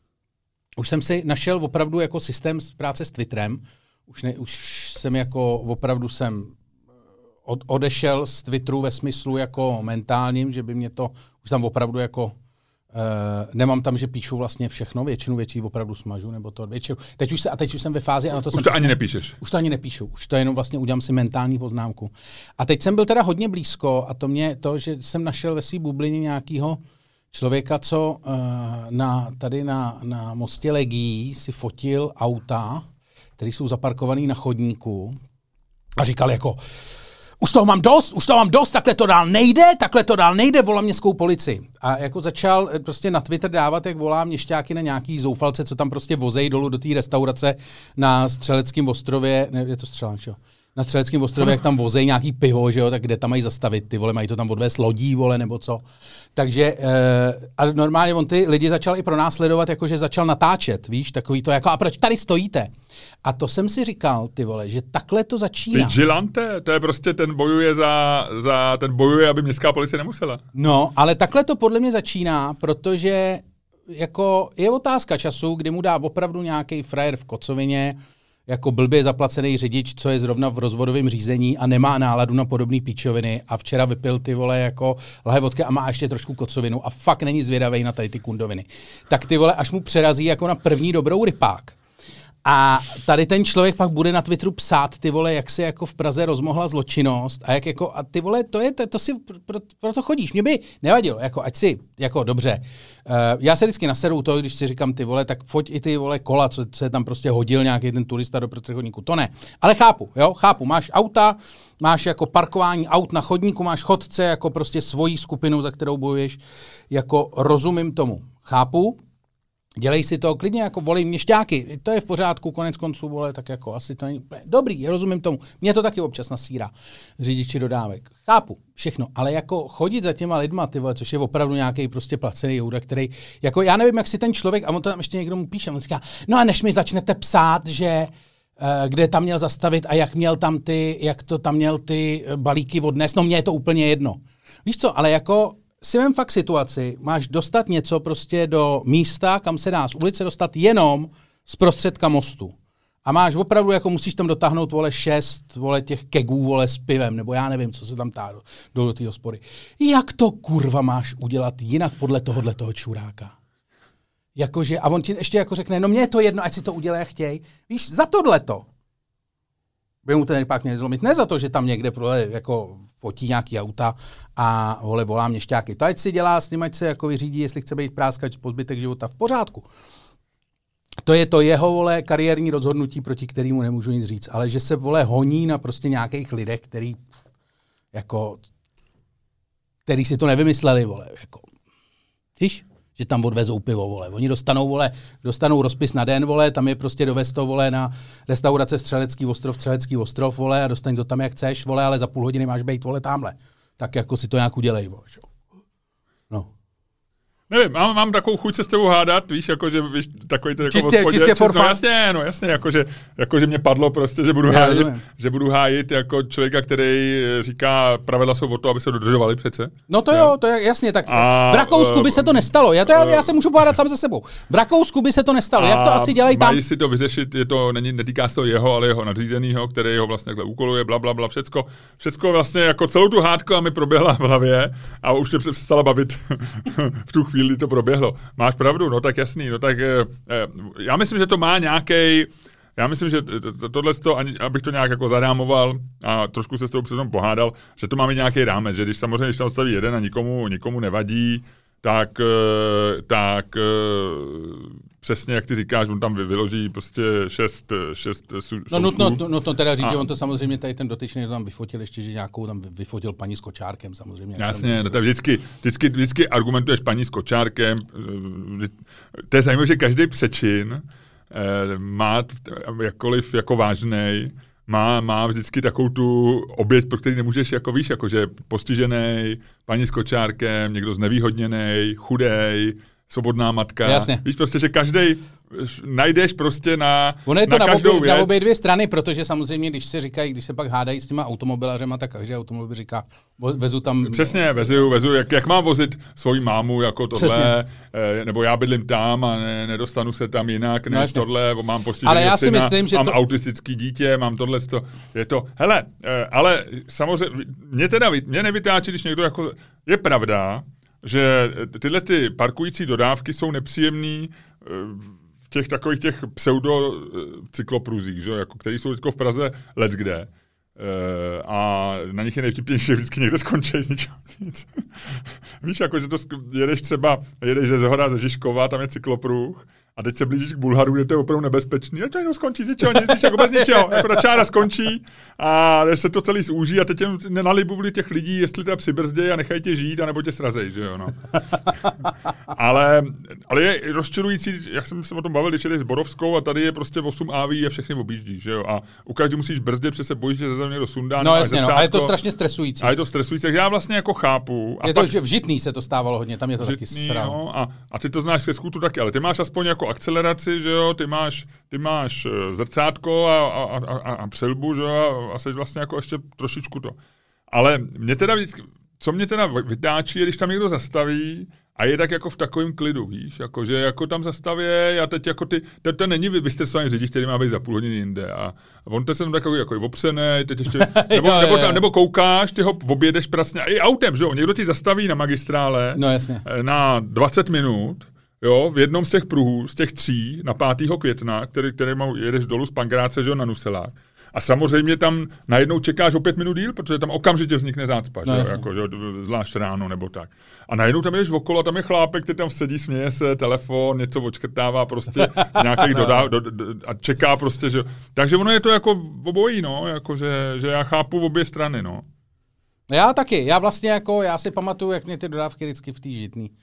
[SPEAKER 1] už jsem si našel opravdu jako systém práce s Twitterem, už, ne, už jsem jako opravdu jsem od, odešel z Twitteru ve smyslu jako mentálním, že by mě to, už tam opravdu jako Uh, nemám tam, že píšu vlastně všechno, většinu věcí opravdu smažu, nebo to většinu. Teď už se, a teď už jsem ve fázi, ano, to
[SPEAKER 2] už
[SPEAKER 1] jsem...
[SPEAKER 2] to ani nepíšeš.
[SPEAKER 1] Už to ani nepíšu, už to jenom vlastně udělám si mentální poznámku. A teď jsem byl teda hodně blízko a to mě to, že jsem našel ve své bublině nějakého člověka, co uh, na, tady na, na mostě Legií si fotil auta, které jsou zaparkované na chodníku a říkal jako už toho mám dost, už toho mám dost, takhle to dál nejde, takhle to dál nejde, volám městskou policii. A jako začal prostě na Twitter dávat, jak volá měšťáky na nějaký zoufalce, co tam prostě vozejí dolů do té restaurace na Střeleckém ostrově, ne, je to Střelanč, jo. Na Střeleckém ostrově, jak tam vozejí nějaký pivo, že jo, tak kde tam mají zastavit, ty vole, mají to tam odvést lodí, vole, nebo co. Takže, e, a normálně on ty lidi začal i pronásledovat, jakože začal natáčet, víš, takový to, jako, a proč tady stojíte? A to jsem si říkal, ty vole, že takhle to začíná.
[SPEAKER 2] Vigilante, to je prostě ten bojuje za, za, ten bojuje, aby městská policie nemusela.
[SPEAKER 1] No, ale takhle to podle mě začíná, protože jako je otázka času, kdy mu dá opravdu nějaký frajer v kocovině, jako blbě zaplacený řidič, co je zrovna v rozvodovém řízení a nemá náladu na podobný píčoviny a včera vypil ty vole jako lahé vodky a má ještě trošku kocovinu a fakt není zvědavej na tady ty kundoviny. Tak ty vole, až mu přerazí jako na první dobrou rypák. A tady ten člověk pak bude na Twitteru psát, ty vole, jak se jako v Praze rozmohla zločinnost a jak jako, a ty vole, to je, to, to si, pro, pro to chodíš. Mě by nevadilo, jako ať si, jako dobře. Uh, já se vždycky naseru to, když si říkám ty vole, tak foť i ty vole kola, co se tam prostě hodil nějaký ten turista do prostřed chodníku, to ne. Ale chápu, jo, chápu, máš auta, máš jako parkování aut na chodníku, máš chodce jako prostě svoji skupinu, za kterou bojuješ, jako rozumím tomu, chápu. Dělej si to klidně, jako volej měšťáky, to je v pořádku, konec konců, vole, tak jako asi to není dobrý, rozumím tomu. Mě to taky občas nasírá, řidiči dodávek. Chápu, všechno, ale jako chodit za těma lidma, ty vole, což je opravdu nějaký prostě placený jouda, který, jako já nevím, jak si ten člověk, a on to tam ještě někdo mu píše, on říká, no a než mi začnete psát, že kde tam měl zastavit a jak měl tam ty, jak to tam měl ty balíky odnést, no mně je to úplně jedno. Víš co, ale jako si vem fakt situaci, máš dostat něco prostě do místa, kam se dá z ulice dostat jenom z prostředka mostu. A máš opravdu, jako musíš tam dotáhnout, vole, šest, vole, těch kegů, vole, s pivem, nebo já nevím, co se tam tá do, do, do té hospody. Jak to, kurva, máš udělat jinak podle tohohle toho čuráka? Jakože, a on ti ještě jako řekne, no mně je to jedno, ať si to udělá, jak chtěj. Víš, za tohleto by mu ten pak měl zlomit. Ne za to, že tam někde vole, jako fotí nějaký auta a vole, volá měšťáky. To ať si dělá s tím, ať se jako vyřídí, jestli chce být práskač po zbytek života v pořádku. To je to jeho, vole, kariérní rozhodnutí, proti kterému nemůžu nic říct. Ale že se, vole, honí na prostě nějakých lidech, který jako, který si to nevymysleli, vole, jako. Víš? Že tam odvezou pivo, vole. Oni dostanou, vole, dostanou rozpis na den, vole, tam je prostě dovez to, vole, na restaurace Střelecký ostrov, Střelecký ostrov, vole, a dostaň to tam, jak chceš, vole, ale za půl hodiny máš bejt, vole, tamhle. Tak jako si to nějak udělej, vole, čo? No.
[SPEAKER 2] Nevím, mám, mám takovou chuť se s tebou hádat, víš, jako, že víš, takový to jako
[SPEAKER 1] čistě,
[SPEAKER 2] hospodě,
[SPEAKER 1] čistě for
[SPEAKER 2] no, jasně, no jasně, jako, že, jako, že mě padlo prostě, že budu, hájit, že budu hájit jako člověka, který říká, pravidla jsou o to, aby se dodržovali přece.
[SPEAKER 1] No to jo, jo to je jasně, tak a, v Rakousku by se to nestalo, já, to, já, já se můžu pohádat sám se sebou. V Rakousku by se to nestalo, jak to asi dělají tam?
[SPEAKER 2] Mají si to vyřešit, je to, není, netýká se to jeho, ale jeho nadřízenýho, který ho vlastně takhle úkoluje, bla, bla, bla, všecko, všecko vlastně jako celou tu hádku a mi proběhla v hlavě a už mě přestala bavit v tu chvíli to proběhlo. Máš pravdu, no tak jasný, no tak eh, já myslím, že to má nějaký, já myslím, že tohle, abych to nějak jako zarámoval a trošku se s tou předem pohádal, že to má mít nějaký rámec, že když samozřejmě, když tam staví jeden a nikomu, nikomu nevadí, tak, tak přesně jak ty říkáš, on tam vyloží prostě šest, šest soudků.
[SPEAKER 1] No nutno, nutno teda říct, a... že on to samozřejmě tady ten dotyčný to tam vyfotil ještě, že nějakou tam vyfotil paní s kočárkem samozřejmě.
[SPEAKER 2] Jasně, no to vždycky, vždycky, vždycky argumentuješ paní s kočárkem. To je zajímavé, že každý přečin má jakkoliv jako vážnej, má, má vždycky takovou tu oběť, pro který nemůžeš, jako víš, jakože postižený, paní s kočárkem, někdo znevýhodněný, chudej, svobodná matka.
[SPEAKER 1] Jasně.
[SPEAKER 2] Víš prostě, že každej najdeš prostě na,
[SPEAKER 1] ono je to
[SPEAKER 2] na každou
[SPEAKER 1] na obě,
[SPEAKER 2] věc.
[SPEAKER 1] Na obě dvě strany, protože samozřejmě, když se říkají, když se pak hádají s těma automobilařema, tak každý automobil říká, vezu tam...
[SPEAKER 2] Přesně, vezu, vezu, jak, jak mám vozit svoji mámu jako tohle, eh, nebo já bydlím tam a ne, nedostanu se tam jinak, než no, tohle, mám postižený syna, myslím, že mám to... autistický dítě, mám tohle, to, je to, hele, eh, ale samozřejmě, mě teda, mě nevytáčí, když někdo jako, je pravda, že tyhle ty parkující dodávky jsou nepříjemný v těch takových těch pseudo-cyklopruzích, že? Jako, který jsou teďko v Praze leckde. A na nich je nejvtipnější, že vždycky někde skončí z ničeho nic. Víš, jako, že to jedeš třeba, jedeš ze Zhora, ze Žižkova, tam je cyklopruh, a teď se blížíš k Bulharu, kde to je opravdu nebezpečný. A to jenom skončí z ničeho, nic, jako bez ničeho. Jako ta čára skončí a se to celý zúží a teď jen nenalibuvli těch lidí, jestli teda přibrzdějí a nechají tě žít, anebo tě srazej, že jo, no. ale, ale je rozčilující, jak jsem se o tom bavil, když jedeš s Borovskou a tady je prostě osm A V a všechny objíždíš, že jo. A u každý musíš brzdit, protože se bojíš, že ze země někdo sundá.
[SPEAKER 1] No jasně, no, a je to strašně stresující.
[SPEAKER 2] A je to stresující, takže já vlastně jako chápu. A
[SPEAKER 1] je
[SPEAKER 2] pak,
[SPEAKER 1] to, že v Žitný se to stávalo hodně, tam je to
[SPEAKER 2] Žitný,
[SPEAKER 1] taky sralo.
[SPEAKER 2] No, a, a ty to znáš ze skútu taky, ale ty máš aspoň jako akceleraci, že jo, ty máš, ty máš zrcátko a, a, a, a přelbu, že jo, a jsi vlastně jako ještě trošičku to. Ale mě teda vždycky, co mě teda vytáčí, je, když tam někdo zastaví a je tak jako v takovém klidu, víš, jako, že jako tam zastaví a teď jako ty, to, to není vystresovaný řidič, který má být za půl hodiny jinde a, a on teď jsem takový jako opřenej, teď ještě, nebo, jo, nebo, tam, nebo koukáš, ty ho objedeš pracně, a i autem, že jo, někdo ti zastaví na magistrále
[SPEAKER 1] no, jasně.
[SPEAKER 2] na dvacet minut, jo, v jednom z těch pruhů, z těch tří, na pátého května, který, který jedeš dolů z Pankráce, že jo, na Nuselách. A samozřejmě tam najednou čekáš o pět minut díl, protože tam okamžitě vznikne zácpa, no, že, jako, že, zvlášť ráno nebo tak. A najednou tam jdeš okolo, tam je chlápek, který tam sedí, směje se, telefon, něco odškrtává prostě nějaký dodá, do, do, a čeká prostě, že... Takže ono je to jako obojí, no, jako, že, že já chápu obě strany, no.
[SPEAKER 1] Já taky, já vlastně jako, já si pamatuju, jak mě ty dodávky vždycky v té Žitný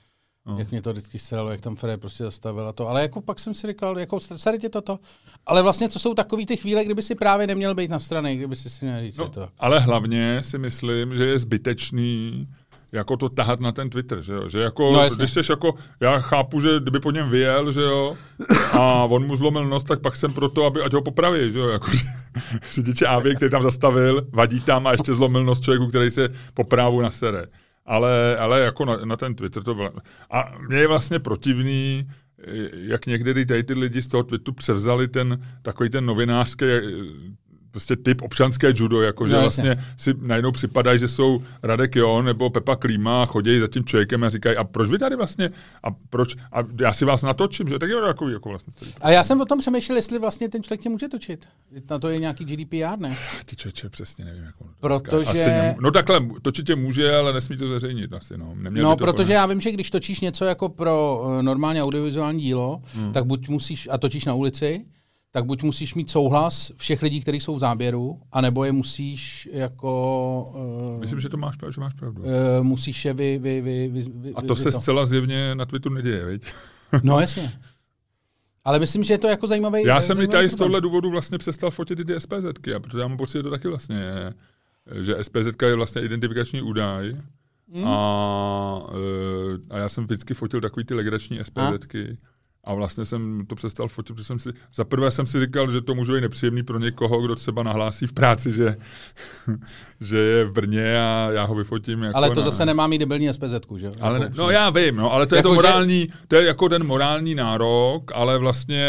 [SPEAKER 1] No. Jak mě to vždycky stralo, jak tam Fred prostě zastavila to. Ale jako pak jsem si říkal, jako tady tě toto. Ale vlastně to jsou takový ty chvíle, kdyby si právě neměl být na straně, kdyby si si měl říct
[SPEAKER 2] no,
[SPEAKER 1] to.
[SPEAKER 2] Ale hlavně si myslím, že je zbytečný jako to tahat na ten Twitter, že jo? Že jako, no, když seš jako, já chápu, že kdyby po něm vyjel, že jo, a on mu zlomil nos, tak pak jsem proto, aby, ať ho popraví, že jo, jako, řidiče á vé, který tam zastavil, vadí tam a ještě zlomil nos člověku, který se po právu nasere. Ale, ale jako na, na ten Twitter to bylo. A mě je vlastně protivný, jak někdy tady ty lidi z toho Twitteru převzali ten takový ten novinářský prostě typ občanské judo, jako že no, vlastně si najednou připadají, že jsou Radek Jon nebo Pepa Klíma a chodí za tím člověkem a říkají, a proč vy tady vlastně, a proč, a já si vás natočím, že tak je takový jako vlastně celý.
[SPEAKER 1] A já jsem o tom přemýšlel, jestli vlastně ten člověk tě může točit. Na to je nějaký G D P R, ne?
[SPEAKER 2] Ty člověče, přesně nevím, jak on to
[SPEAKER 1] protože...
[SPEAKER 2] Asi ne, no takhle, točit tě může, ale nesmí to zveřejnit asi, no. Neměl
[SPEAKER 1] no,
[SPEAKER 2] to
[SPEAKER 1] protože
[SPEAKER 2] konec.
[SPEAKER 1] Já vím, že když točíš něco jako pro uh, normálně audiovizuální dílo, hmm. tak buď musíš, a točíš na ulici, tak buď musíš mít souhlas všech lidí, kteří jsou v záběru, anebo je musíš jako...
[SPEAKER 2] Uh, Myslím, že to máš, že máš pravdu.
[SPEAKER 1] Uh, musíš je vy... vy, vy, vy, vy
[SPEAKER 2] a to vy, se to. zcela zjevně na Twitteru neděje, viď?
[SPEAKER 1] No jasně. Ale myslím, že je to jako zajímavý...
[SPEAKER 2] Já jsem i tady z tohle důvodu vlastně přestal fotit i ty SPZky, a protože já mám pocit, že to taky vlastně je, že SPZ je vlastně identifikační údaj hmm. a, a já jsem vždycky fotil takový ty legrační SPZky. A? A vlastně jsem to přestal fotit, protože jsem si, za prvé jsem si říkal, že to může být nepříjemný pro někoho, kdo třeba nahlásí v práci, že, že je v Brně a já ho vyfotím. Jako
[SPEAKER 1] ale to
[SPEAKER 2] na...
[SPEAKER 1] zase nemá mít debilní SPZku, že?
[SPEAKER 2] Ale ne, no já vím, no, ale to jako je to morální, že... to je jako ten morální nárok, ale vlastně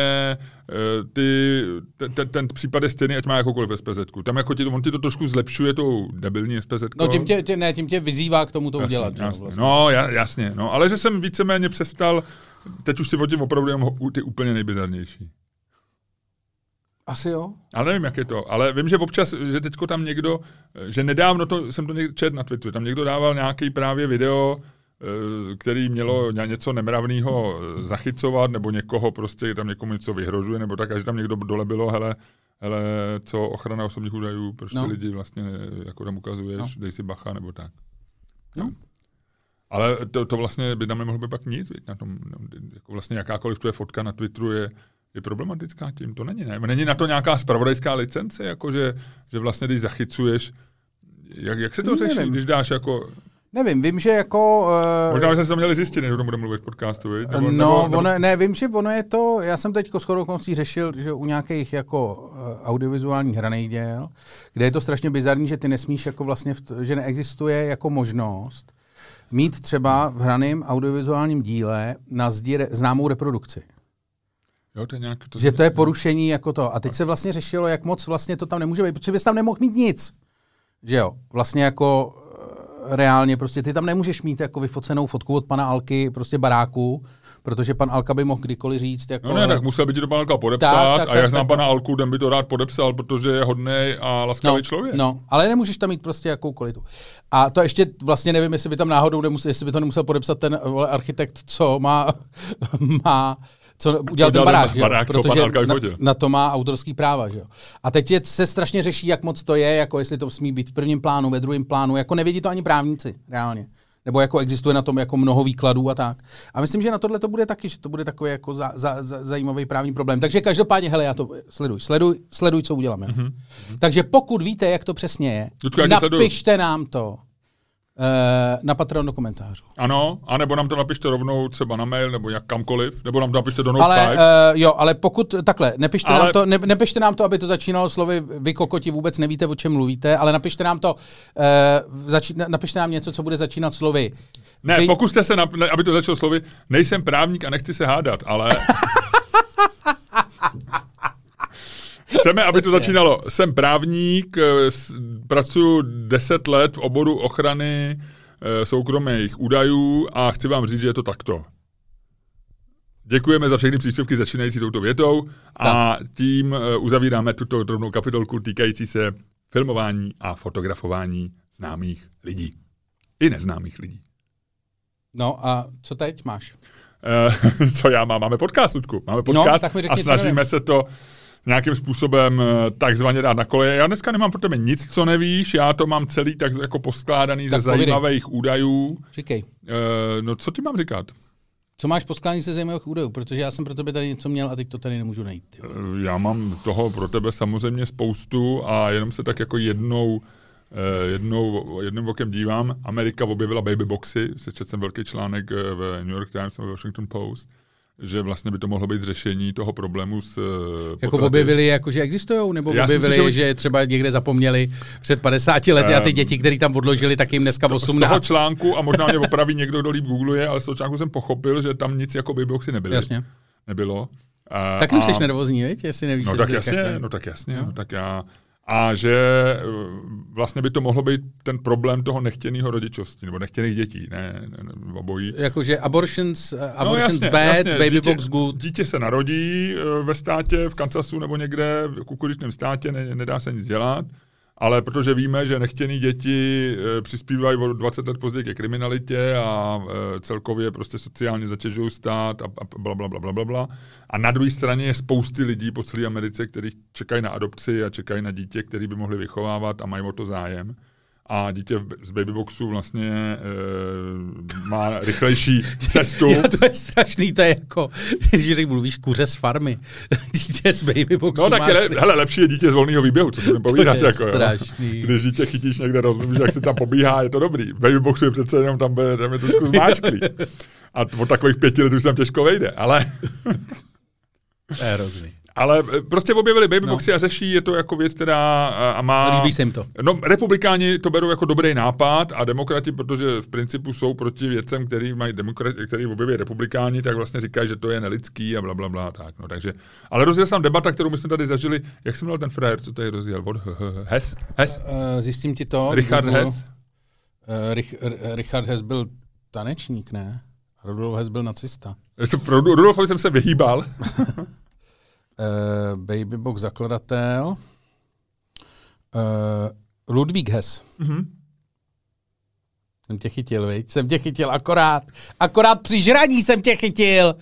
[SPEAKER 2] ty, ten, ten, ten případ je stejný, ať má jakoukoliv SPZku. Tam jako ti, on ti to trošku zlepšuje tou debilní SPZkou.
[SPEAKER 1] No tím tě, tě, ne, tím tě vyzývá k tomu to
[SPEAKER 2] jasně,
[SPEAKER 1] udělat.
[SPEAKER 2] Jasně.
[SPEAKER 1] Vlastně.
[SPEAKER 2] No jasně, no, ale že jsem víceméně přestal. Teď už si fotím opravdu jenom ty úplně nejbizarnější.
[SPEAKER 1] Asi jo.
[SPEAKER 2] Ale nevím, jak je to. Ale vím, že občas, že teďko tam někdo, že nedávno to, jsem to četl na Twitteru, tam někdo dával nějaký právě video, který mělo něco nemravného zachycovat, nebo někoho prostě, tam někomu něco vyhrožuje, nebo tak, a že tam někdo dole bylo, hele, hele co ochrana osobních údajů, proč ty no. lidi vlastně jako tam ukazuješ, no. dej si bacha, nebo tak.
[SPEAKER 1] No.
[SPEAKER 2] Ale to, to vlastně by tam nemohlo být pak nic, na tom, jako vlastně jakákoliv tvoje fotka na Twitteru je, je problematická tím, to není, ne? Není na to nějaká zpravodajská licence, jako že, že vlastně když zachycuješ, jak, jak se to řeší, nevím. Když dáš jako...
[SPEAKER 1] Nevím, vím, že jako... Uh...
[SPEAKER 2] Možná, že jsme to měli zjistit, než o tom budeme mluvit v podcastu, viď? Nebo,
[SPEAKER 1] no,
[SPEAKER 2] nebo, nebo...
[SPEAKER 1] Ono, ne, vím, že ono je to, já jsem teď shodou okolností řešil, že u nějakých jako uh, audiovizuálních hraných děl, kde je to strašně bizarní, že ty nesmíš jako vlastně, v t- že neexistuje jako možnost mít třeba v hraném audiovizuálním díle na zdi re- známou reprodukci.
[SPEAKER 2] Jo, to je nějak, to
[SPEAKER 1] že to je porušení jako to. A teď se vlastně řešilo, jak moc vlastně to tam nemůže být, protože bys tam nemohl mít nic. Že jo, vlastně jako reálně prostě ty tam nemůžeš mít jako vyfocenou fotku od pana Alky, prostě baráku, protože pan Alka by mohl kdykoliv říct. Jako,
[SPEAKER 2] no ne, tak musel by ti to pan Alka podepsat tak, tak, a já tak, znám tak, pana Alku, ten by to rád podepsal, protože je hodnej a laskavý
[SPEAKER 1] no,
[SPEAKER 2] člověk.
[SPEAKER 1] No, ale nemůžeš tam mít prostě jakoukoliv tu. A to ještě vlastně nevím, jestli by tam náhodou nemusel, jestli by to nemusel podepsat ten architekt, co má, má co udělal ten barák, barák protože na, na to má autorský práva. Že jo? A teď je, se strašně řeší, jak moc to je, jako jestli to smí být v prvním plánu, ve druhém plánu, jako nevědí to ani právníci, reálně. Nebo jako existuje na tom jako mnoho výkladů a tak. A myslím, že na tohle to bude taky, že to bude takový jako za, za, za, zajímavý právní problém. Takže každopádně, hele, já to sleduj, sleduj, sleduj, co uděláme. Mm-hmm. Takže pokud víte, jak to přesně je, Jutko, napište nám to. Na Patreon do komentářů.
[SPEAKER 2] Ano, anebo nám to napište rovnou třeba na mail, nebo jak kamkoliv, nebo nám to napište do Note
[SPEAKER 1] ale,
[SPEAKER 2] pět.
[SPEAKER 1] Uh, jo, ale pokud, takhle, nepište, ale... nám to, ne, nepište nám to, aby to začínalo slovy vy kokoti vůbec nevíte, o čem mluvíte, ale napište nám to, uh, začí, napište nám něco, co bude začínat slovy.
[SPEAKER 2] Ne,
[SPEAKER 1] vy...
[SPEAKER 2] pokuste se, na, aby to začalo slovy, nejsem právník a nechci se hádat, ale... Chceme, aby to začínalo. Jsem právník, pracuji deset let v oboru ochrany soukromých údajů a chci vám říct, že je to takto. Děkujeme za všechny příspěvky začínající touto větou a tím uzavíráme tuto drobnou kapitolku týkající se filmování a fotografování známých lidí. I neznámých lidí.
[SPEAKER 1] No a co teď máš?
[SPEAKER 2] Uh, co já mám? Máme podcast, Ludku. Máme podcast no, řekni, a snažíme se to nějakým způsobem takzvaně dát na koleje. Já dneska nemám pro tebe nic, co nevíš, já to mám celý tak jako poskládaný tak ze povídej. Zajímavých údajů.
[SPEAKER 1] Říkej.
[SPEAKER 2] Uh, no co ti mám říkat?
[SPEAKER 1] Co máš po skládání se zajímavých údajů? Protože já jsem pro tebe tady něco měl a teď to tady nemůžu najít. Tyjo.
[SPEAKER 2] Já mám toho pro tebe samozřejmě spoustu a jenom se tak jako jednou, jednou jedním okem dívám. Amerika objevila babyboxy, sečetl jsem velký článek v New York Times a Washington Post, že vlastně by to mohlo být řešení toho problému s
[SPEAKER 1] Jako potraty. Objevili, jako že existujou? Nebo já objevili, si, že... že třeba někde zapomněli před padesáti lety um, a ty děti, které tam odložili, tak jim dneska osmnáct.
[SPEAKER 2] Z toho článku, a možná mě opraví někdo, kdo líp googluje, ale z toho článku jsem pochopil, že tam nic jako babyboxy nebyly.
[SPEAKER 1] Jasně.
[SPEAKER 2] Nebylo. Uh,
[SPEAKER 1] tak jsi nervózní, viď? Jestli nevíš,
[SPEAKER 2] no tak jasně, no tak jasně, no tak já... A že vlastně by to mohlo být ten problém toho nechtěného rodičovství, nebo nechtěných dětí, ne, ne, ne obojí.
[SPEAKER 1] Jakože abortions, uh, abortions
[SPEAKER 2] no, jasně,
[SPEAKER 1] bad,
[SPEAKER 2] jasně.
[SPEAKER 1] baby
[SPEAKER 2] dítě,
[SPEAKER 1] box good.
[SPEAKER 2] Dítě se narodí ve státě, v Kansasu nebo někde, v kukuřičném státě, ne, nedá se nic dělat, ale protože víme, že nechtěný děti e, přispívají o dvacet let později ke kriminalitě a e, celkově prostě sociálně zatěžují stát a, a bla, bla, bla, bla, bla, bla. A na druhé straně je spousty lidí po celé Americe, kteří čekají na adopci a čekají na dítě, který by mohli vychovávat a mají o to zájem. A dítě z babyboxu vlastně e, má rychlejší cestu.
[SPEAKER 1] Jo, to je strašný, to je jako, když mluvíš kuře z farmy, dítě z babyboxu.
[SPEAKER 2] No tak je, hele, lepší je dítě z volného výběhu, co se budeme povídat.
[SPEAKER 1] To je
[SPEAKER 2] jako,
[SPEAKER 1] strašný.
[SPEAKER 2] Když dítě chytíš někde, rozumíš, jak se tam pobíhá, je to dobrý. V babyboxu je přece jenom tam bude, tam je trošku zmáčklý. A od takových pěti let už tam těžko vejde, ale...
[SPEAKER 1] To je hrozný.
[SPEAKER 2] Ale prostě objevili babyboxy no. a řeší, je to jako věc, která a má...
[SPEAKER 1] Líbí se jim to.
[SPEAKER 2] No, republikáni to berou jako dobrý nápad a demokrati, protože v principu jsou proti věcem, který mají demokrati, který objeví republikáni, tak vlastně říkají, že to je nelidský a blablabla. Bla, bla, tak, no, takže... Ale rozjel jsem debata, kterou my jsme tady zažili. Jak jsem měl ten frajer, co tady rozjel? Od Hess? Hess?
[SPEAKER 1] Uh, zjistím ti to.
[SPEAKER 2] Richard
[SPEAKER 1] Google.
[SPEAKER 2] Hess?
[SPEAKER 1] Uh, Rich, Richard Hess byl tanečník, ne? Rudolf Hess byl nacista.
[SPEAKER 2] Pro Rudolfovi jsem se vyhýbal.
[SPEAKER 1] Uh, Babybox zakladatel. Uh, Ludvík Hess.
[SPEAKER 2] Mm-hmm.
[SPEAKER 1] Jsem tě chytil, viď? Jsem tě chytil akorát. Akorát při žraní jsem tě chytil.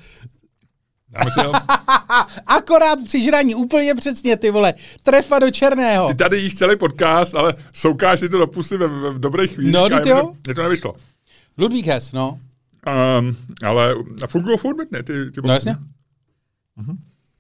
[SPEAKER 1] Akorát při žraní, úplně přesně, ty vole. Trefa do černého.
[SPEAKER 2] Ty tady jíš celý podcast, ale soukáš si to do pusy ve, ve, v dobré chvíli.
[SPEAKER 1] No,
[SPEAKER 2] a
[SPEAKER 1] jo.
[SPEAKER 2] Mně to nevyšlo.
[SPEAKER 1] Ludvík Hess, no.
[SPEAKER 2] Um, ale fungují furt, ne? Ty, ty
[SPEAKER 1] no jasně.
[SPEAKER 2] Uh-huh.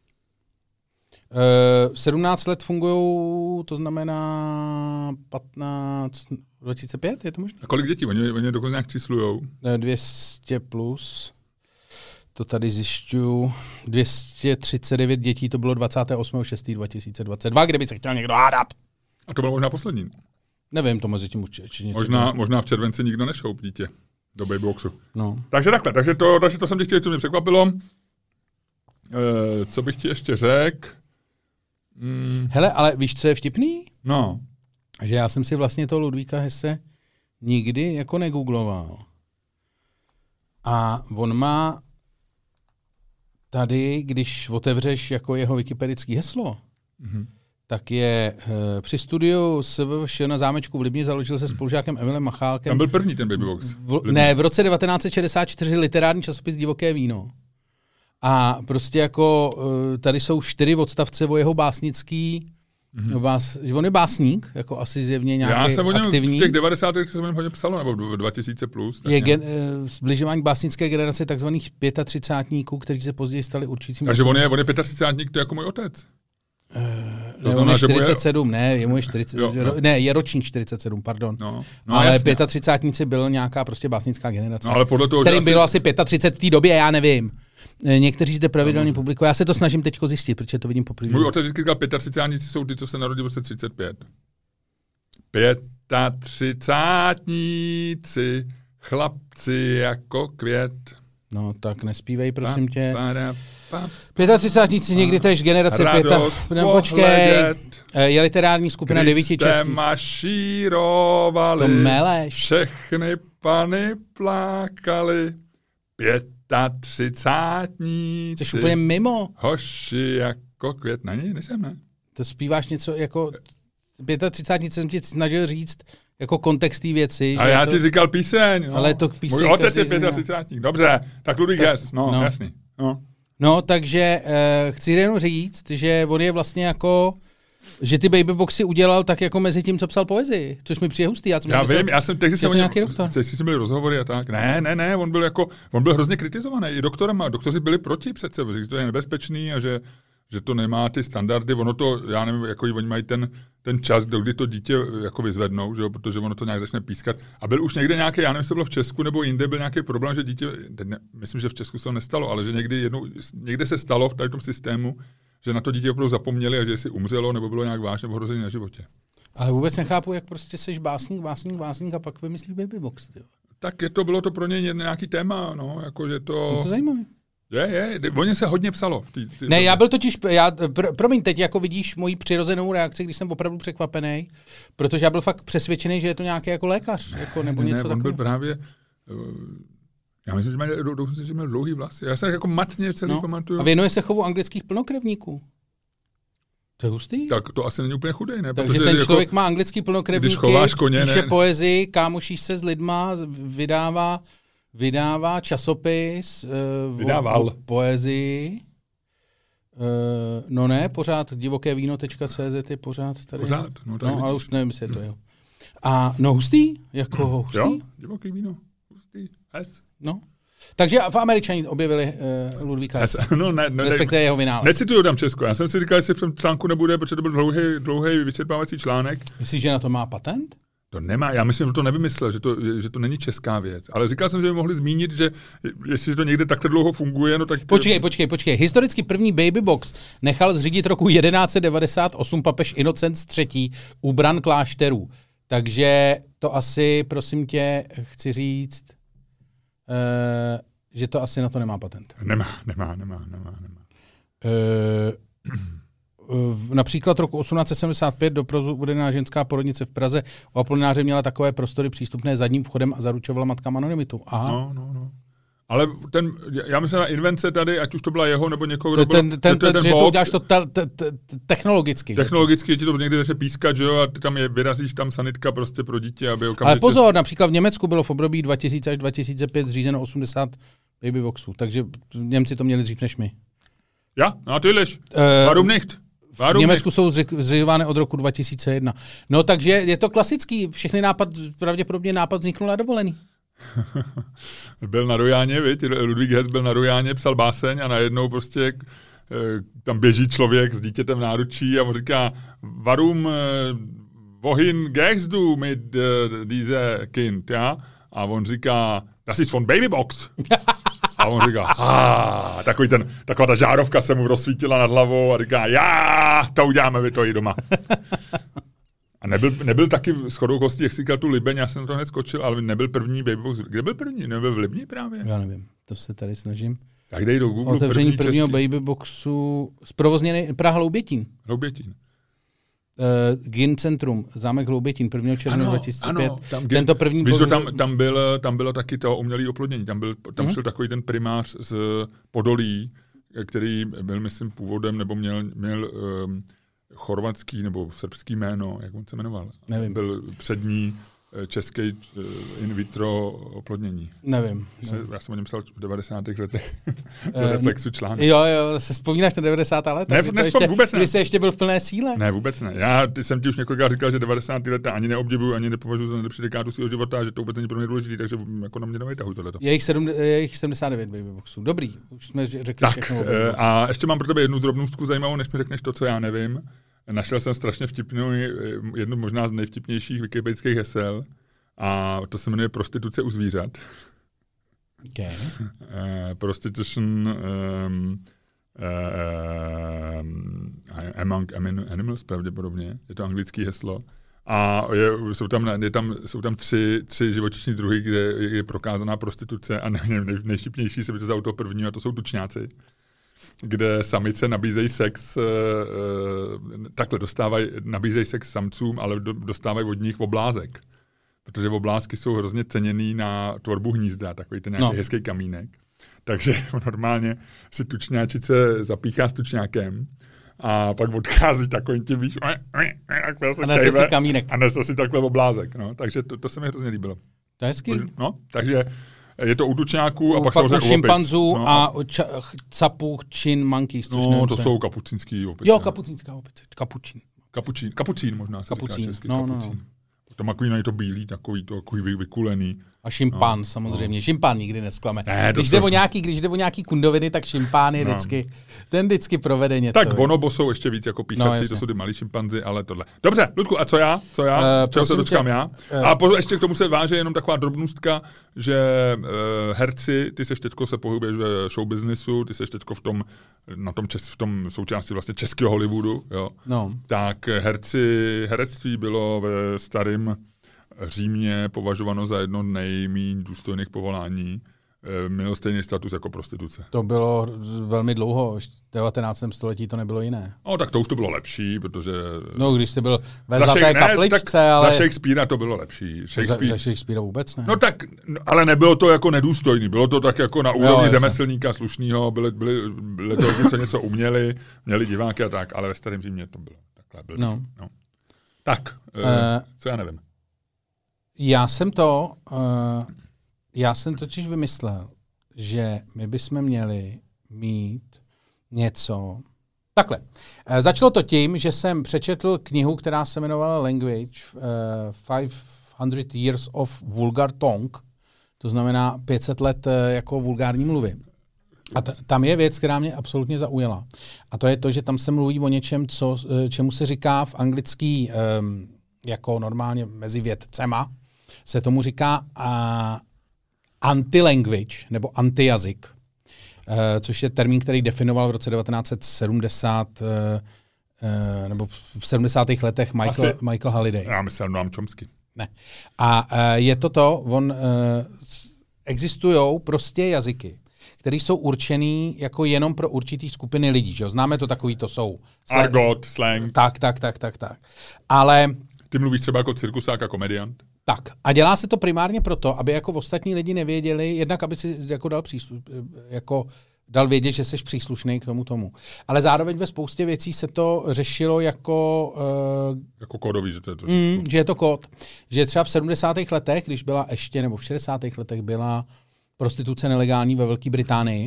[SPEAKER 1] Uh, sedmnáct let fungují, to znamená patnáct, dva tisíce pět, je to možné?
[SPEAKER 2] A kolik dětí? Oni, oni dokonce nějak číslujou?
[SPEAKER 1] dvě stě plus, to tady zjišťuju, dvě stě třicet devět dětí, to bylo dvacátého osmého šestého dva tisíce dvacet dva, kdyby se chtěl někdo hádat.
[SPEAKER 2] A to bylo možná poslední?
[SPEAKER 1] Nevím, to mezi tím určitě.
[SPEAKER 2] Možná, možná v červenci nikdo nešoup dítě do babyboxu.
[SPEAKER 1] No.
[SPEAKER 2] Takže takhle, takže to, takže to jsem ti chtěl, co mě překvapilo. E, co bych ti ještě řekl?
[SPEAKER 1] Hmm. Hele, ale víš, co je vtipný?
[SPEAKER 2] No.
[SPEAKER 1] Že já jsem si vlastně toho Ludvíka Hesse nikdy jako negoogloval. A on má tady, když otevřeš jako jeho wikipedický heslo, mm-hmm. tak je e, při studiu S V Š na zámečku v Libni založil se spolužákem Emilem Machálkem.
[SPEAKER 2] Tam byl první ten babybox.
[SPEAKER 1] V, ne, v roce devatenáct set šedesát čtyři literární časopis Divoké víno. A prostě jako tady jsou čtyři odstavce o jeho básnický, mm-hmm. bás, on je básník, jako asi zjevně nějaký aktivní.
[SPEAKER 2] Já jsem o něm aktivní. V těch devadesátých jsem o něm hodně psalo, nebo dva tisíce plus.
[SPEAKER 1] Je gen, zbližování básnické generace takzvaných pětatřicátníků, kteří se později stali určujícím.
[SPEAKER 2] Takže on je, on je pětatřicátník, to je jako můj otec.
[SPEAKER 1] Uh, to ne, znamená, on je čtyřicet sedm, je... ne, je mu je čtyřicet, jo, jo. ne, je ročník čtyřicet sedm, pardon. No, no, ale pětatřicátníci byl nějaká prostě básnická generace.
[SPEAKER 2] No, ale podle toho,
[SPEAKER 1] kterým
[SPEAKER 2] asi...
[SPEAKER 1] bylo asi třicet pět v té době, já nevím. Někteří zde pravidelně no, publikují. Já se to snažím teďko zjistit, protože to vidím poprvé.
[SPEAKER 2] Můj otec vždycky říkal, pětatřicátníci jsou ty, co se narodili v roce třicet pět. Pětatřicátníci, chlapci jako květ.
[SPEAKER 1] No tak nespívej, prosím
[SPEAKER 2] pa,
[SPEAKER 1] tě.
[SPEAKER 2] Para, pa,
[SPEAKER 1] pětatřicátníci, někdy též generace pěta. Počkej. Je literární skupina devíti českých.
[SPEAKER 2] Když jste mašírovali,
[SPEAKER 1] to meleš.
[SPEAKER 2] Všechny pany plákali. Pětatřicátníci.
[SPEAKER 1] Jsi úplně mimo.
[SPEAKER 2] Hoši jako květ. Není, nejsem, ne?
[SPEAKER 1] To zpíváš něco jako... Pětatřicátníci jsem ti snažil říct jako kontext té věci.
[SPEAKER 2] Ale já
[SPEAKER 1] to...
[SPEAKER 2] ti říkal píseň. No.
[SPEAKER 1] Ale to píseň...
[SPEAKER 2] Můj otec je pětatřicátník. Dobře, tak Ludvík Hess. No,
[SPEAKER 1] no,
[SPEAKER 2] jasný. No,
[SPEAKER 1] no takže uh, chci jenom říct, že on je vlastně jako že ty babyboxy udělal tak jako mezi tím, co psal poezii, což mi přijde hustý. Já, jsem
[SPEAKER 2] já
[SPEAKER 1] myslel,
[SPEAKER 2] vím, já jsem tehdy jsem o něm,
[SPEAKER 1] doktor.
[SPEAKER 2] jsem byli rozhovory a tak. Ne, ne, ne, on byl jako, on byl hrozně kritizovaný i doktorem. Doktoři byli proti přece, že to je nebezpečný a že, že to nemá ty standardy. Ono to, já nevím, jako oni mají ten, ten čas, kdy to dítě jako vyzvednou, že jo, protože ono to nějak začne pískat. A byl už někde nějaký, já nevím, jestli bylo v Česku nebo jinde, byl nějaký problém, že dítě, ne, myslím, že v Česku se to nestalo, ale že někdy jednou, někde se stalo v tady tom systému, že na to dítě opravdu zapomněli a že si umřelo nebo bylo nějak vážně ohrožení na životě.
[SPEAKER 1] Ale vůbec nechápu, jak prostě seš básník, básník, básník a pak vymyslíš babybox. Tyjo.
[SPEAKER 2] Tak je to, bylo to pro něj nějaký téma, no, jako že to...
[SPEAKER 1] To, to zajímavé.
[SPEAKER 2] Je, je, o něm se hodně psalo. Ty, ty,
[SPEAKER 1] ne, já byl totiž, já, pr, promiň, teď jako vidíš moji přirozenou reakci, když jsem opravdu překvapený, protože já byl fakt přesvědčený, že je to nějaký jako lékař, ne, jako, nebo
[SPEAKER 2] ne,
[SPEAKER 1] něco
[SPEAKER 2] ne, on
[SPEAKER 1] takového.
[SPEAKER 2] byl právě... Já myslím, že měl, dokonce, že měl dlouhý vlasy. Já se jako matně celý no, pamatuju.
[SPEAKER 1] A věnuje se chovu anglických plnokrevníků. To je hustý.
[SPEAKER 2] Tak to asi není úplně chudej, ne?
[SPEAKER 1] Takže
[SPEAKER 2] protože
[SPEAKER 1] ten
[SPEAKER 2] jako,
[SPEAKER 1] člověk má anglický plnokrevníky,
[SPEAKER 2] koně,
[SPEAKER 1] píše
[SPEAKER 2] ne?
[SPEAKER 1] poezii, kámoší se s lidma, vydává, vydává časopis, uh,
[SPEAKER 2] Vydával.
[SPEAKER 1] O, o poezii. Uh, no ne, pořád divoké víno tečka cé zet je pořád tady.
[SPEAKER 2] Pořád, no, tady
[SPEAKER 1] no ale už nevím, jestli je to jo. A no hustý, jako hustý.
[SPEAKER 2] Jo, divoký víno, hustý, hes.
[SPEAKER 1] No. Takže v Američani objevili uh, Ludvíka Hesse.
[SPEAKER 2] No, ne, ne,
[SPEAKER 1] respektive jeho vynález.
[SPEAKER 2] Necituju tam Česko. Já jsem si říkal, jestli v tom článku nebude, protože to byl dlouhý, dlouhý vyčerpávací článek.
[SPEAKER 1] Myslíš, že na to má patent?
[SPEAKER 2] To nemá, já myslím, že to nevymyslel, že to, že to není česká věc. Ale říkal jsem, že by mohli zmínit, že jestli to někde takhle dlouho funguje, no tak...
[SPEAKER 1] Počkej, počkej, počkej. Historicky první babybox nechal zřídit roku jedenáct set devadesát osm papež Inocens třetí u bran klášterů. Takže to asi, prosím tě, chci říct, uh, že to asi na to nemá patent.
[SPEAKER 2] Nemá, nemá, nemá, nemá. nemá.
[SPEAKER 1] Uh, Například roku osmnáct set sedmdesát pět do provozu uvedená ženská porodnice v Praze u Apolináře měla takové prostory přístupné zadním vchodem a zaručovala matkám anonymitu. Aha.
[SPEAKER 2] No, no, no. Ale ten, já myslím na invence tady, ať už to byla jeho nebo někoho,
[SPEAKER 1] to,
[SPEAKER 2] kdo byl,
[SPEAKER 1] ten, ten,
[SPEAKER 2] to, ten,
[SPEAKER 1] že
[SPEAKER 2] box,
[SPEAKER 1] to uděláš to te, te, te, technologicky.
[SPEAKER 2] Technologicky ti to někdy začne pískat, že jo, a ty tam je, vyrazíš tam sanitka prostě pro dítě, aby okamžitě...
[SPEAKER 1] Ale pozor, například v Německu bylo v období dva tisíce až dva tisíce pět zřízeno osmdesát babyboxů, takže Němci to měli dřív než my.
[SPEAKER 2] Ja, natürlich. Uh, Warum nicht?
[SPEAKER 1] V Německu jsou zřizovány od roku dva tisíce jedna. No takže je to klasický, všechny nápad, pravděpodobně nápad vzniknul na dovolený.
[SPEAKER 2] Byl na Rojáně, viď? Ludvík Hess byl na Rojáně, psal báseň a najednou prostě tam běží člověk s dítětem v náručí a on říká, warum wohin gehst du mit diese Kind, ja? A on říká, das ist von Babybox. A on říká, ah, takový ten, taková ta žárovka se mu rozsvítila nad hlavou a říká, já, to uděláme, vy to i doma. A nebyl, nebyl taky shodou kostí, jak si říkal tu Libeň, já jsem to hned skočil, ale nebyl první Babybox. Kde byl první? Nebyl v Libni právě?
[SPEAKER 1] Já nevím, to se tady snažím.
[SPEAKER 2] Tak dej do Google.
[SPEAKER 1] Otevření
[SPEAKER 2] první
[SPEAKER 1] prvního
[SPEAKER 2] český.
[SPEAKER 1] Babyboxu, zprovozněný Praha Hloubětín.
[SPEAKER 2] Hloubětín.
[SPEAKER 1] Uh, Gin Centrum, zámek Hloubětín, prvního června dva tisíce pět.
[SPEAKER 2] Ano, tam,
[SPEAKER 1] Tento první...
[SPEAKER 2] Víš, tam, tam, byl, tam bylo taky to umělé oplodnění. Tam, byl, tam
[SPEAKER 1] uh-huh.
[SPEAKER 2] šel takový ten primář z Podolí, který byl, myslím, původem, nebo měl, měl um, chorvatský nebo srbský jméno, jak on se jmenoval.
[SPEAKER 1] Nevím.
[SPEAKER 2] Byl přední český in vitro oplodnění.
[SPEAKER 1] Nevím.
[SPEAKER 2] Já,
[SPEAKER 1] nevím.
[SPEAKER 2] já jsem o něm psal v devadesátých letech. Do Reflexu článek.
[SPEAKER 1] Jo, jo, se vzpomínáš na devadesátá léta?
[SPEAKER 2] Ne, nespom,
[SPEAKER 1] ještě,
[SPEAKER 2] vůbec ne.
[SPEAKER 1] Kdy jsi ještě byl v plné síle?
[SPEAKER 2] Ne, vůbec ne. Já jsem ti už několikrát říkal, že devadesátá léta ani neobdivuju, ani nepovažuji za nejlepší dekádu svého života a že to vůbec není pro mě důležitý, takže jako na mě nevejtahuj tohleto.
[SPEAKER 1] Je jich, sedm, je jich sedmdesát devět babyboxů. Dobrý, už jsme řekli
[SPEAKER 2] tak,
[SPEAKER 1] všechno.
[SPEAKER 2] Tak, a ještě mám pro tebe jednu drobnůstku zajímavou, než mi řekneš to, co já nevím. Našel jsem strašně vtipnou, jednu možná z nejvtipnějších wikipedických hesel. A to se jmenuje prostituce u zvířat.
[SPEAKER 1] Okay.
[SPEAKER 2] uh, prostitution um, uh, among animals, pravděpodobně. Je to anglické heslo. A je, jsou, tam, je tam, jsou tam tři, tři živočišní druhy, kde je prokázaná prostituce a nej, nej, nejšipnější se by to za toho prvního, a to jsou tučňáci, kde samice nabízejí sex, uh, uh, takhle dostávají, nabízejí sex samcům, ale do, dostávají od nich oblázek. Protože oblázky jsou hrozně ceněný na tvorbu hnízda, takový ten nějaký no. hezký kamínek. Takže normálně si tučňáčice zapíchá s tučňákem a pak odchází takovým tím, víš,
[SPEAKER 1] a nese si kamínek.
[SPEAKER 2] A nese si takhle oblázek. No. Takže to, to se mi hrozně líbilo.
[SPEAKER 1] To je hezký.
[SPEAKER 2] No, takže je to u tučňáků a pak
[SPEAKER 1] samozřejmě
[SPEAKER 2] u
[SPEAKER 1] šimpanzů
[SPEAKER 2] no,
[SPEAKER 1] a ča- capuchin monkeys, což
[SPEAKER 2] no,
[SPEAKER 1] nevím,
[SPEAKER 2] to jsou kapucinský opice.
[SPEAKER 1] Jo, kapucínská opice, kapučín.
[SPEAKER 2] Kapučín, kapucín možná se
[SPEAKER 1] kapucín.
[SPEAKER 2] říká česky.
[SPEAKER 1] No,
[SPEAKER 2] kapucín.
[SPEAKER 1] No, no.
[SPEAKER 2] Tam takový na to bílý, takový to takový vykulený.
[SPEAKER 1] A šimpán
[SPEAKER 2] no,
[SPEAKER 1] samozřejmě.
[SPEAKER 2] No.
[SPEAKER 1] Šimpán nikdy nesklame.
[SPEAKER 2] Ne,
[SPEAKER 1] když,
[SPEAKER 2] to...
[SPEAKER 1] jde o nějaký, když jde o nějaký kundoviny, tak šimpán je no. vždycky, ten vždycky provede něco.
[SPEAKER 2] Tak bonobo jsou ještě víc jako píchací, no, to jsou ty malí šimpanzi, ale tohle. Dobře, Ludku, a co já? Co já? Uh, Čeho se dočkám tě, já? Uh, a po, ještě k tomu se váže jenom taková drobnůstka, že uh, herci, ty seš teďko se pohybuješ ve show businessu, ty seš teďko v tom, na tom, čes, v tom součástí vlastně českého Hollywoodu, jo? No. Tak herci, herectví bylo ve starém Římě považováno za jedno nejméně důstojných povolání. Mělo stejný status jako prostituce.
[SPEAKER 1] To bylo velmi dlouho, v devatenáctém století to nebylo jiné.
[SPEAKER 2] No tak to už to bylo lepší, protože...
[SPEAKER 1] No když jsi byl ve Zlaté kapličce,
[SPEAKER 2] ne,
[SPEAKER 1] ale...
[SPEAKER 2] Za Shakespearea to bylo lepší.
[SPEAKER 1] Shakespeare... Za, za Shakespearea vůbec ne.
[SPEAKER 2] No tak, ale nebylo to jako nedůstojný, bylo to tak jako na úrovni jo, řemeslníka slušnýho, byli, byli, byli to lidi, co něco uměli, měli diváky a tak, ale ve starém Římě to bylo takhle. Bylo no. No. Tak, uh, co já nevím.
[SPEAKER 1] Já jsem to, uh, já jsem totiž vymyslel, že my bychom měli mít něco. Takhle. Uh, začalo to tím, že jsem přečetl knihu, která se jmenovala Language, uh, five hundred Years of Vulgar Tongue, to znamená pět set let uh, jako vulgární mluvy. A t- tam je věc, která mě absolutně zaujala. A to je to, že tam se mluví o něčem, co, čemu se říká v anglický, um, jako normálně mezi vědcema, se tomu říká uh, anti-language, nebo antijazyk, uh, což je termín, který definoval v roce devatenáct set sedmdesát, uh, uh, nebo v sedmdesátých letech Michael, Asi, Michael Halliday.
[SPEAKER 2] Já myslím, Noam Chomsky.
[SPEAKER 1] Ne. A uh, je to to, on, uh, existujou prostě jazyky, které jsou určený jako jenom pro určitý skupiny lidí. Že? Známe to takový, to jsou...
[SPEAKER 2] Slang. Argot, slang.
[SPEAKER 1] Tak, tak, tak, tak, tak. Ale...
[SPEAKER 2] Ty mluvíš třeba jako cirkusák a komediant?
[SPEAKER 1] Tak. A dělá se to primárně proto, aby jako ostatní lidi nevěděli, jednak aby si jako dal, příslu, jako dal vědět, že jsi příslušný k tomu tomu. Ale zároveň ve spoustě věcí se to řešilo jako... Uh,
[SPEAKER 2] jako kódový, že to je to.
[SPEAKER 1] Mm, že je to kód. Že třeba v sedmdesátých letech, když byla ještě, nebo v šedesátých letech byla prostituce nelegální ve Velké Británii,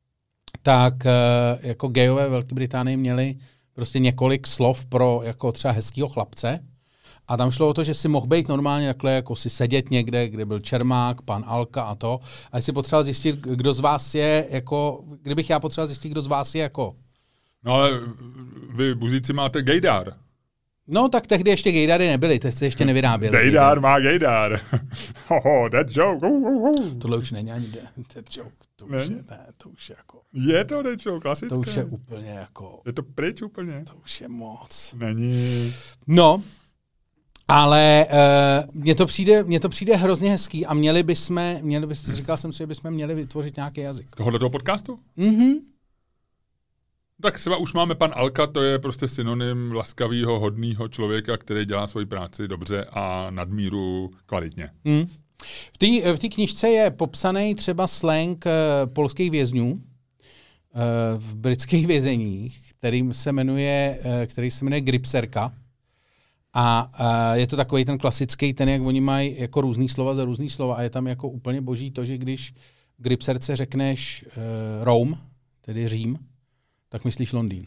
[SPEAKER 1] tak uh, jako gejové ve Velké Británii měli prostě několik slov pro jako třeba hezkýho chlapce. A tam šlo o to, že si mohl být normálně takhle jako si sedět někde, kde byl Čermák, pan Alka a to. A jestli potřeboval zjistit, kdo z vás je jako, kdybych já potřeboval zjistit, kdo z vás je jako.
[SPEAKER 2] No ale vy buzíci máte gejdár.
[SPEAKER 1] No tak tehdy ještě gejdary nebyly, teď se ještě nevyráběly.
[SPEAKER 2] Gejdár má gejdár. Hoho, that joke. Uh, uh, uh.
[SPEAKER 1] Tohle už není ani that joke. To už je, ne, to už je jako...
[SPEAKER 2] Je to that joke, klasické.
[SPEAKER 1] To už je úplně jako...
[SPEAKER 2] Je to pryč úplně.
[SPEAKER 1] To už je moc.
[SPEAKER 2] Není.
[SPEAKER 1] No, ale uh, mně to přijde, mně to přijde hrozně hezký a měli bychom, měli bychom, říkal jsem si, že bychom měli vytvořit nějaký jazyk.
[SPEAKER 2] Tohohle toho podcastu?
[SPEAKER 1] Mhm.
[SPEAKER 2] Tak třeba už máme pan Alka, to je prostě synonym laskavého, hodného člověka, který dělá svoji práci dobře a nadmíru kvalitně.
[SPEAKER 1] Mm. V té v té knižce je popsaný třeba slang uh, polských vězňů uh, v britských vězeních, kterým se jmenuje, uh, který se jmenuje gripserka. A uh, je to takový ten klasický, ten, jak oni mají jako různý slova za různý slova a je tam jako úplně boží to, že když gripserce řekneš uh, Rome, tedy Řím, tak myslíš Londýn.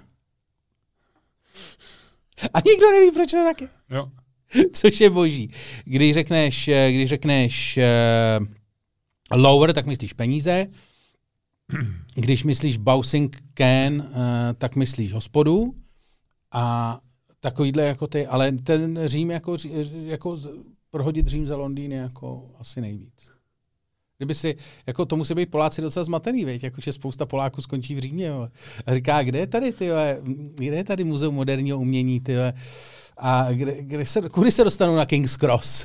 [SPEAKER 1] A nikdo neví, proč to tak je.
[SPEAKER 2] Jo.
[SPEAKER 1] Což je boží. Když řekneš, když řekneš uh, lower, tak myslíš peníze. Když myslíš bouncing can, uh, tak myslíš hospodu. A takovýhle jako ty, ale ten Řím jako, jako prohodit Řím za Londýn je jako asi nejvíc. Kdyby si, jako to musí být Poláci docela zmatený, veď, jakože spousta Poláků skončí v Římě, jo. A říká, kde je tady, tyhle, kde je tady muzeum moderního umění, tyhle, a kde, kde se, kudy se dostanou na King's Cross?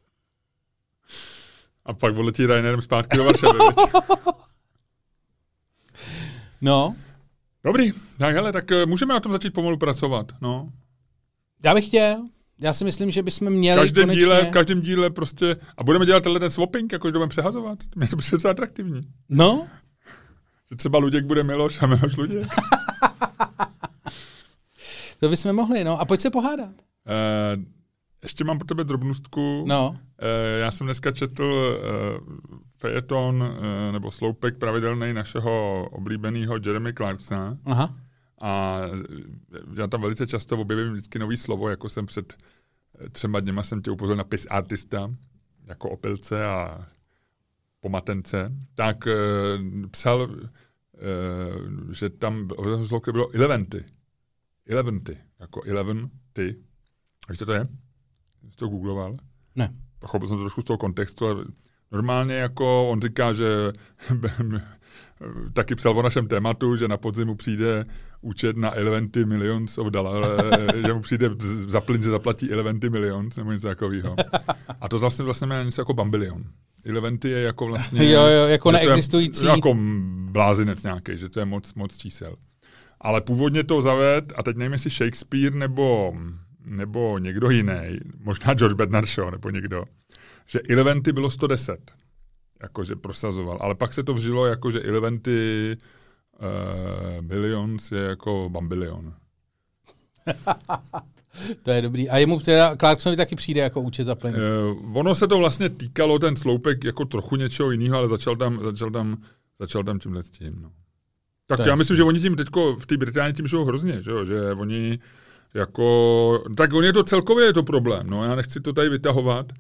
[SPEAKER 2] A pak odletí Ryanairem zpátky do Varšavy,
[SPEAKER 1] No.
[SPEAKER 2] Dobrý, tak hele, tak můžeme na tom začít pomalu pracovat, no.
[SPEAKER 1] Já bych chtěl. Já si myslím, že bychom měli
[SPEAKER 2] v každém
[SPEAKER 1] konečně...
[SPEAKER 2] díle, v každém díle prostě, a budeme dělat tenhle ten swapping, jakože budeme přehazovat. Mě to prostě docela atraktivní.
[SPEAKER 1] No.
[SPEAKER 2] Že třeba Luděk bude Miloš a Miloš Luděk.
[SPEAKER 1] To bychom mohli, no. A pojď se pohádat.
[SPEAKER 2] Uh, ještě mám pro tebe drobnostku.
[SPEAKER 1] No.
[SPEAKER 2] Uh, já jsem dneska četl uh, fejeton uh, nebo sloupek pravidelný našeho oblíbeného Jeremy Clarksona.
[SPEAKER 1] Aha.
[SPEAKER 2] A já tam velice často objevím vždycky nový slovo, jako jsem před třema dněma jsem tě upozoril na piss artista, jako opilce a pomatence, tak e, psal, e, že tam slovo bylo eleventy. Eleventy, jako eleven, ty. A víš, co to je? Jsi to googloval?
[SPEAKER 1] Ne.
[SPEAKER 2] Pochopil jsem to trošku z toho kontextu, ale normálně jako on říká, že taky psal o našem tématu, že na podzimu přijde účet na eleventy millions of dollars, že mu přijde za plyn, že zaplatí eleventy millions, nebo něco takového. A to vlastně vlastně má něco jako bambilion. eleventy je jako vlastně...
[SPEAKER 1] jo, jo, jako neexistující...
[SPEAKER 2] Jako blázinec nějaký, že to je moc, moc čísel. Ale původně to zaved, a teď nevím, jestli Shakespeare nebo, nebo někdo jiný, možná George Bernard Shaw nebo někdo, že eleventy bylo sto deset. Jakože prosazoval. Ale pak se to vžilo jako, že eleventy uh, billions je jako bambilion.
[SPEAKER 1] To je dobrý. A jemu teda Clarksonovi taky přijde jako účet za plyn.
[SPEAKER 2] Uh, ono se to vlastně týkalo, ten sloupek, jako trochu něčeho jiného, ale začal tam, začal tam, začal tam tímhle s tím. No. Tak to já myslím, že oni tím teďko v té Británii tím žijou hrozně, že, jo? Že oni jako, tak on je to celkově je to problém, no, já nechci to tady vytahovat,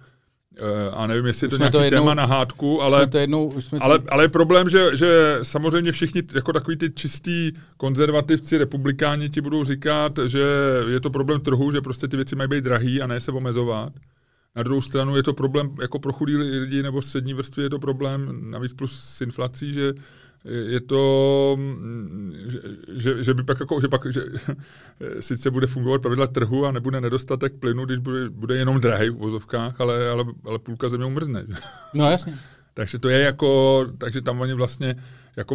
[SPEAKER 2] a nevím, jestli je to nějaký to jednou, téma na hádku, ale, to jednou, ale, to... ale je problém, že, že samozřejmě všichni jako takový ty čistí konzervativci, republikáni ti budou říkat, že je to problém trhu, že prostě ty věci mají být drahý a ne se omezovat. Na druhou stranu je to problém jako pro chudý lidi nebo střední vrstvy je to problém, navíc plus s inflací, že je to, že, že, že by pak jako, že pak, že sice bude fungovat pravidla trhu a nebude nedostatek plynu, když bude, bude jenom drahý v uvozovkách, ale, ale, ale půlka země umrzne. Že?
[SPEAKER 1] No jasně.
[SPEAKER 2] Takže to je jako, takže tam oni vlastně jako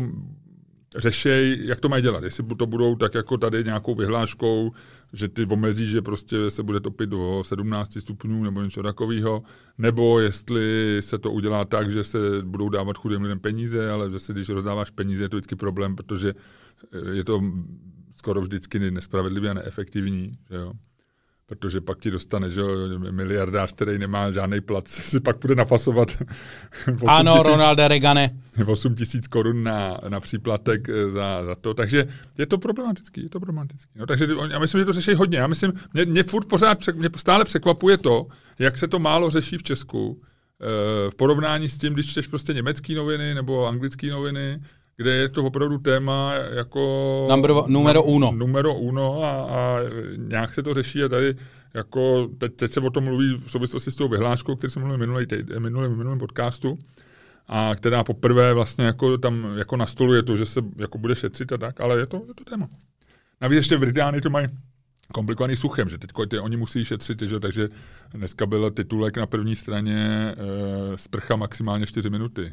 [SPEAKER 2] řešej, jak to mají dělat. Jestli to budou tak jako tady nějakou vyhláškou, že ty omezí, že prostě se bude topit do sedmnáct stupňů nebo něco takového, nebo jestli se to udělá tak, že se budou dávat chudým lidem peníze, ale zase když rozdáváš peníze, je to vždycky problém, protože je to skoro vždycky nespravedlivě a neefektivní, že jo? Protože pak ti dostane, že miliardář, který nemá žádný plat, si pak bude napasovat
[SPEAKER 1] ano, Ronalda Reagane.
[SPEAKER 2] osm tisíc korun na, na příplatek za, za to. Takže je to problematický, je to problematický. No, takže já myslím, že to řeší hodně. Já myslím, mě, mě furt pořád, mě stále překvapuje to, jak se to málo řeší v Česku e, v porovnání s tím, když čteš prostě německý noviny nebo anglický noviny, kde je to opravdu téma jako...
[SPEAKER 1] Number, numero uno.
[SPEAKER 2] Numero uno a, a nějak se to řeší a tady jako, teď, teď se o tom mluví v souvislosti s tou vyhláškou, který jsem mluvil minulý minulý, minulém podcastu a která poprvé vlastně jako tam jako nastoluje to, že se jako bude šetřit a tak, ale je to, je to téma. Navíc ještě v Británii to mají komplikovaný suchem, že teď ty, oni musí šetřit, že, takže dneska byl titulek na první straně e, sprcha maximálně čtyři minuty.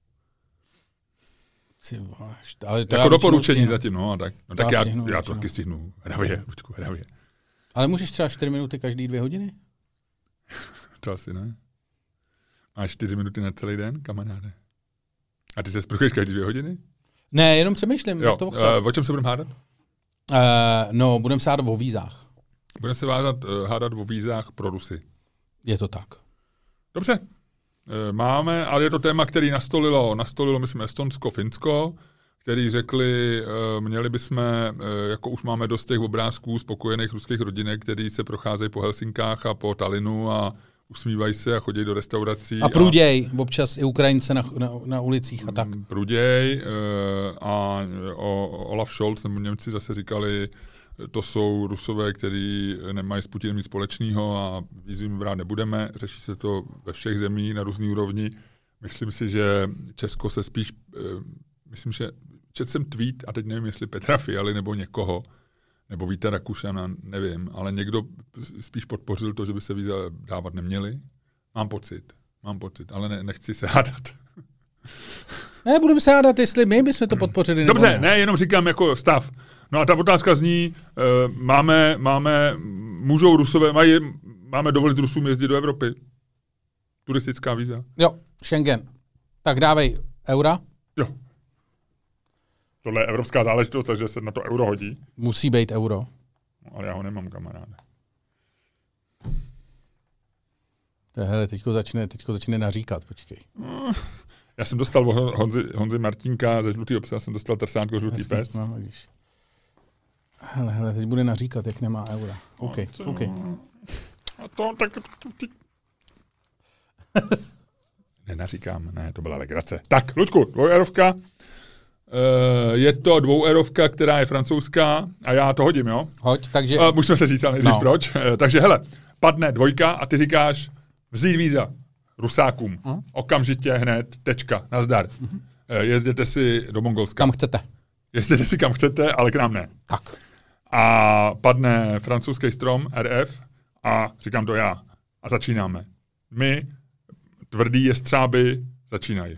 [SPEAKER 1] Ale to
[SPEAKER 2] jako doporučení zatím, no a tak. No tak já, já to taky stihnu. Hravě, Lučku, hravě.
[SPEAKER 1] Ale můžeš třeba čtyři minuty každý dvě hodiny?
[SPEAKER 2] To asi ne. Máš čtyři minuty na celý den, kamaráde. A ty se sprchuješ každý dvě hodiny?
[SPEAKER 1] Ne, jenom přemýšlím.
[SPEAKER 2] Jo, to uh, o čem se budeme hádat?
[SPEAKER 1] Uh, no, budeme se hádat o vízách.
[SPEAKER 2] Budeme se hádat, uh, hádat o vízách pro Rusy.
[SPEAKER 1] Je to tak.
[SPEAKER 2] Dobře. Máme, ale je to téma, který nastolilo, nastolilo myslím, Estonsko, Finsko, který řekli, měli bychom, jako už máme dost těch obrázků spokojených ruských rodinek, který se procházejí po Helsinkách a po Tallinnu a usmívají se a chodí do restaurací.
[SPEAKER 1] A pruděj, a, občas i Ukrajince na, na, na ulicích a tak.
[SPEAKER 2] Pruděj a o, Olaf Scholz, nebo Němci zase říkali, to jsou Rusové, kteří nemají s Putinem nic společného a vízu jim brát nebudeme. Řeší se to ve všech zemích na různý úrovni. Myslím si, že Česko se spíš, myslím, že četl jsem tweet, a teď nevím, jestli Petra Fialy nebo někoho, nebo Víta Rakušana, nevím, ale někdo spíš podpořil to, že by se víza dávat neměli. Mám pocit, mám pocit, ale ne, nechci se hádat.
[SPEAKER 1] Ne, budeme se hádat, jestli my bychom to podpořili.
[SPEAKER 2] Dobře, ne. ne, jenom říkám jako stav. No a ta otázka zní, uh, máme, máme, můžou Rusové, mají, máme dovolit Rusům jezdit do Evropy? Turistická víza.
[SPEAKER 1] Jo, Schengen. Tak dávej eura.
[SPEAKER 2] Jo. Tohle je evropská záležitost, takže se na to euro hodí.
[SPEAKER 1] Musí být euro.
[SPEAKER 2] No, ale já ho nemám, kamaráde.
[SPEAKER 1] Hele, teďko začne, teďko začne naříkat, počkej.
[SPEAKER 2] Já jsem dostal Honzi, Honzi Martínka ze Žlutýho psa, jsem dostal trsátko Žlutý
[SPEAKER 1] Jasně,
[SPEAKER 2] pes.
[SPEAKER 1] no, vidíš. Hele, hele, teď bude naříkat, jak nemá eura. OK,
[SPEAKER 2] to,
[SPEAKER 1] OK.
[SPEAKER 2] A to tak... Nenaříkám, ne, to byla legrace. Tak, Luďku, dvoueurovka. Uh, je to dvoueurovka, která je francouzská a já to hodím, jo?
[SPEAKER 1] Hoď, takže...
[SPEAKER 2] Uh, musíme se říct, ale nejdřív
[SPEAKER 1] no.
[SPEAKER 2] proč. Uh, takže hele, padne dvojka a ty říkáš vzít víza Rusákům. Uh-huh. Okamžitě, hned, tečka, nazdar. Uh-huh. Uh, jezděte si do Mongolska.
[SPEAKER 1] Kam chcete.
[SPEAKER 2] Jezděte si kam chcete, ale k nám ne.
[SPEAKER 1] Tak.
[SPEAKER 2] A padne francouzský strom R F a říkám to já. A začínáme. My, tvrdý jestřáby, začínají.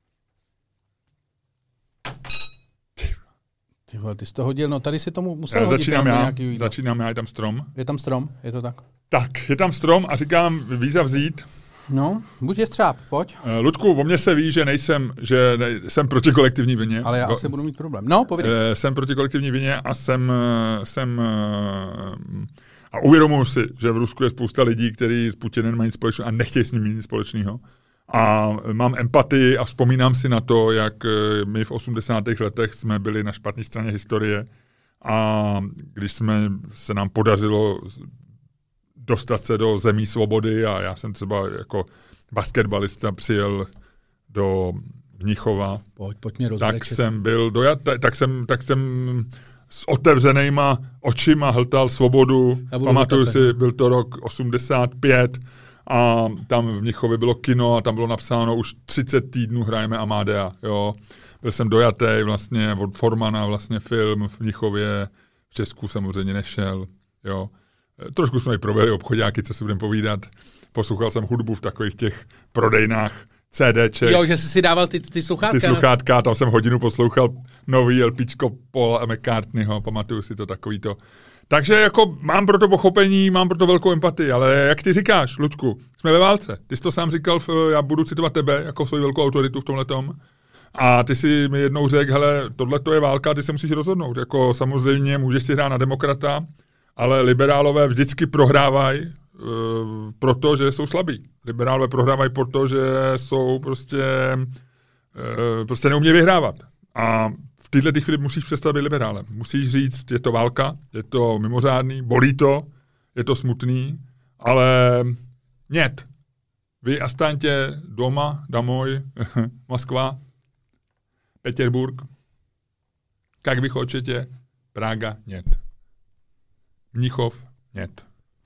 [SPEAKER 1] Ty vole, ty jsi to hodil, no tady si tomu musel
[SPEAKER 2] já
[SPEAKER 1] hodit.
[SPEAKER 2] Začínám já,
[SPEAKER 1] nějaký
[SPEAKER 2] začínám já, je tam strom.
[SPEAKER 1] Je tam strom, je to tak.
[SPEAKER 2] Tak, je tam strom a říkám víza vzít.
[SPEAKER 1] No, buď je střáp, pojď.
[SPEAKER 2] Uh, Luďku, o mně se ví, že nejsem, že ne, jsem proti kolektivní vině.
[SPEAKER 1] Ale já
[SPEAKER 2] Go,
[SPEAKER 1] asi budu mít problém. No, povědej.
[SPEAKER 2] Uh, jsem proti kolektivní vině a jsem, uh, jsem uh, a uvědomuji si, že v Rusku je spousta lidí, kteří s Putinem mají nic společného a nechtějí s ním mít nic společného. A mám empatii a vzpomínám si na to, jak my v osmdesátých letech jsme byli na špatné straně historie a když jsme, se nám podařilo dostat se do zemí svobody a já jsem třeba jako basketbalista přijel do Mnichova,
[SPEAKER 1] Pojď, pojď mě
[SPEAKER 2] tak jsem byl dojat, tak jsem, tak jsem s otevřenýma očima hltal svobodu. Pamatuju si, byl to rok osmdesát pět a tam v Mnichově bylo kino a tam bylo napsáno už třicet týdnů hrajeme Amadea, jo. Byl jsem dojatý vlastně od Formana vlastně film v Mnichově, v Česku samozřejmě nešel, jo. Trošku jsme i provedli obchodáky, co si budeme povídat. Poslouchal jsem hudbu v takových těch prodejnách CDček.
[SPEAKER 1] Jo, že jsi si dával ty, ty sluchátka.
[SPEAKER 2] Ty sluchátka, tam jsem hodinu poslouchal nový LPčko Paula McCartneyho, pamatuju si to takový to. Takže jako mám pro to pochopení, mám pro to velkou empatii, ale jak ty říkáš, Luďku, jsme ve válce. Ty jsi to sám říkal, já budu citovat tebe jako svoji velkou autoritu v tomhletom. A ty si mi jednou řekl, hele, tohle to je válka, ty se musíš rozhodnout. Jako samozřejmě můžeš si hrát na demokrata, ale liberálové vždycky prohrávají uh, proto, že jsou slabí. Liberálové prohrávají proto, že jsou prostě, uh, prostě neumějí vyhrávat. A v této chvíli musíš přestat být liberálem. Musíš říct, je to válka, je to mimořádný, bolí to, je to smutný, ale нет. Vy ostaňte doma, domoj, Moskva, Petěrburg, jak vy chcete, Praga, нет. Mnichov, нет.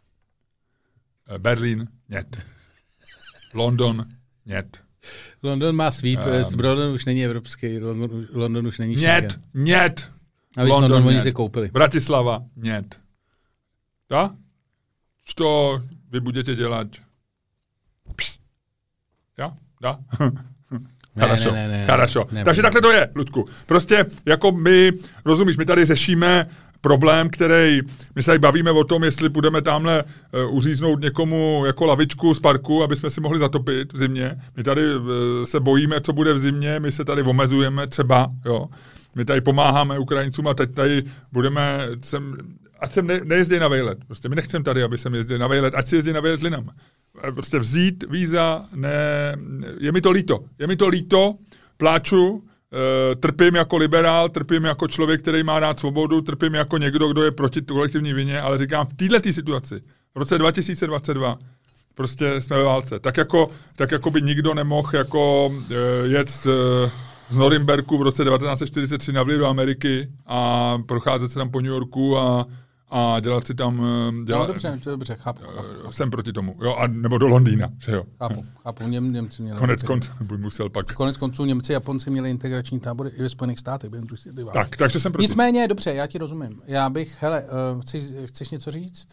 [SPEAKER 2] Berlín, нет. London, нет.
[SPEAKER 1] London má svý, um, London už není evropský, London, London už není
[SPEAKER 2] Schengen. Нет, нет.
[SPEAKER 1] A víš, London, London oni si koupili.
[SPEAKER 2] Bratislava, нет. Da? Co vy budete dělat? Pš. Ja? Da? Хорошо,
[SPEAKER 1] ne, ne, ne,
[SPEAKER 2] хорошо.
[SPEAKER 1] Ne,
[SPEAKER 2] Takže
[SPEAKER 1] ne,
[SPEAKER 2] takhle to je, Ludku. Prostě jako my, rozumíš, my tady řešíme problém, který, my se tady bavíme o tom, jestli budeme tamhle uh, uříznout někomu jako lavičku z parku, aby jsme si mohli zatopit v zimě. My tady uh, se bojíme, co bude v zimě, my se tady omezujeme třeba, jo. My tady pomáháme Ukrajincům a teď tady budeme, sem, ať sem ne, nejezdí na vejlet. Prostě my nechceme tady, aby sem jezdili na vejlet, ať si jezdí na vejlet linam. Prostě vzít víza, ne, je mi to líto. Je mi to líto, pláču, e, trpím jako liberál, trpím jako člověk, který má rád svobodu, trpím jako někdo, kdo je proti kolektivní vině, ale říkám, v této situaci, v roce dva tisíce dvacet dva, prostě jsme ve válce. Tak jako, tak jako by nikdo nemohl jako e, jet z, z Norimberku v roce devatenáct set čtyřicet tři na vliv do Ameriky a procházet se tam po New Yorku a a dělat si tam... Dělat,
[SPEAKER 1] no dobře, dobře, chápu. chápu.
[SPEAKER 2] Jsem proti tomu, jo, a nebo do Londýna, že jo.
[SPEAKER 1] Chápu, chápu, Něm, Němci měli...
[SPEAKER 2] Konec konců, by musel pak...
[SPEAKER 1] Konec konců Němci, Japonci měli integrační tábory i ve Spojených státech, během druhé světové války.
[SPEAKER 2] Tak, takže jsem proti.
[SPEAKER 1] Nicméně, dobře, já ti rozumím. Já bych, hele, uh, chceš, chceš něco říct?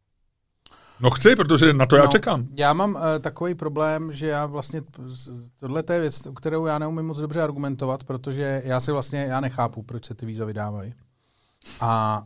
[SPEAKER 2] No chci, protože na to já
[SPEAKER 1] no,
[SPEAKER 2] čekám.
[SPEAKER 1] Já mám uh, takový problém, že já vlastně, tohle je věc, kterou já neumím moc dobře argumentovat, protože já si vlastně, já nechápu, proč se ty víza vydávají. A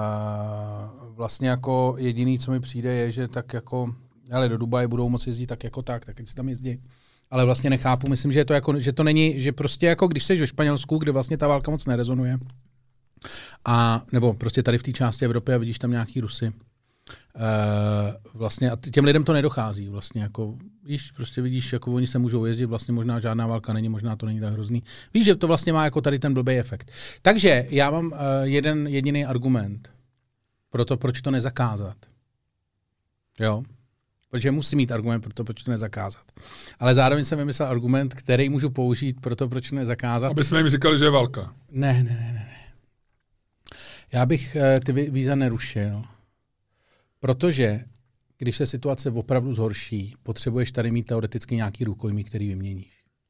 [SPEAKER 1] uh, vlastně jako jediný, co mi přijde, je, že tak jako, ale do Dubaje budou moci jezdit tak jako tak, tak ať si tam jezdí. Ale vlastně nechápu, myslím, že, je to jako, že to není, že prostě jako když jsi ve Španělsku, kde vlastně ta válka moc nerezonuje, a nebo prostě tady v té části Evropy a vidíš tam nějaký Rusy, vlastně a těm lidem to nedochází vlastně, jako víš, prostě vidíš, jako oni se můžou jezdit, vlastně možná žádná válka není, možná to není tak hrozný. Víš, že to vlastně má jako tady ten blbý efekt. Takže já mám uh, jeden jediný argument pro to, proč to nezakázat. Jo? Protože musím mít argument pro to, proč to nezakázat. Ale zároveň jsem vymyslel argument, který můžu použít pro to, proč to nezakázat.
[SPEAKER 2] Aby jsme jim říkali, že je válka.
[SPEAKER 1] Ne, ne, ne, ne. ne. Já bych uh, ty víza nerušil. Protože když se situace opravdu zhorší, potřebuješ tady mít teoreticky nějaký rukojmí, který vyměníš.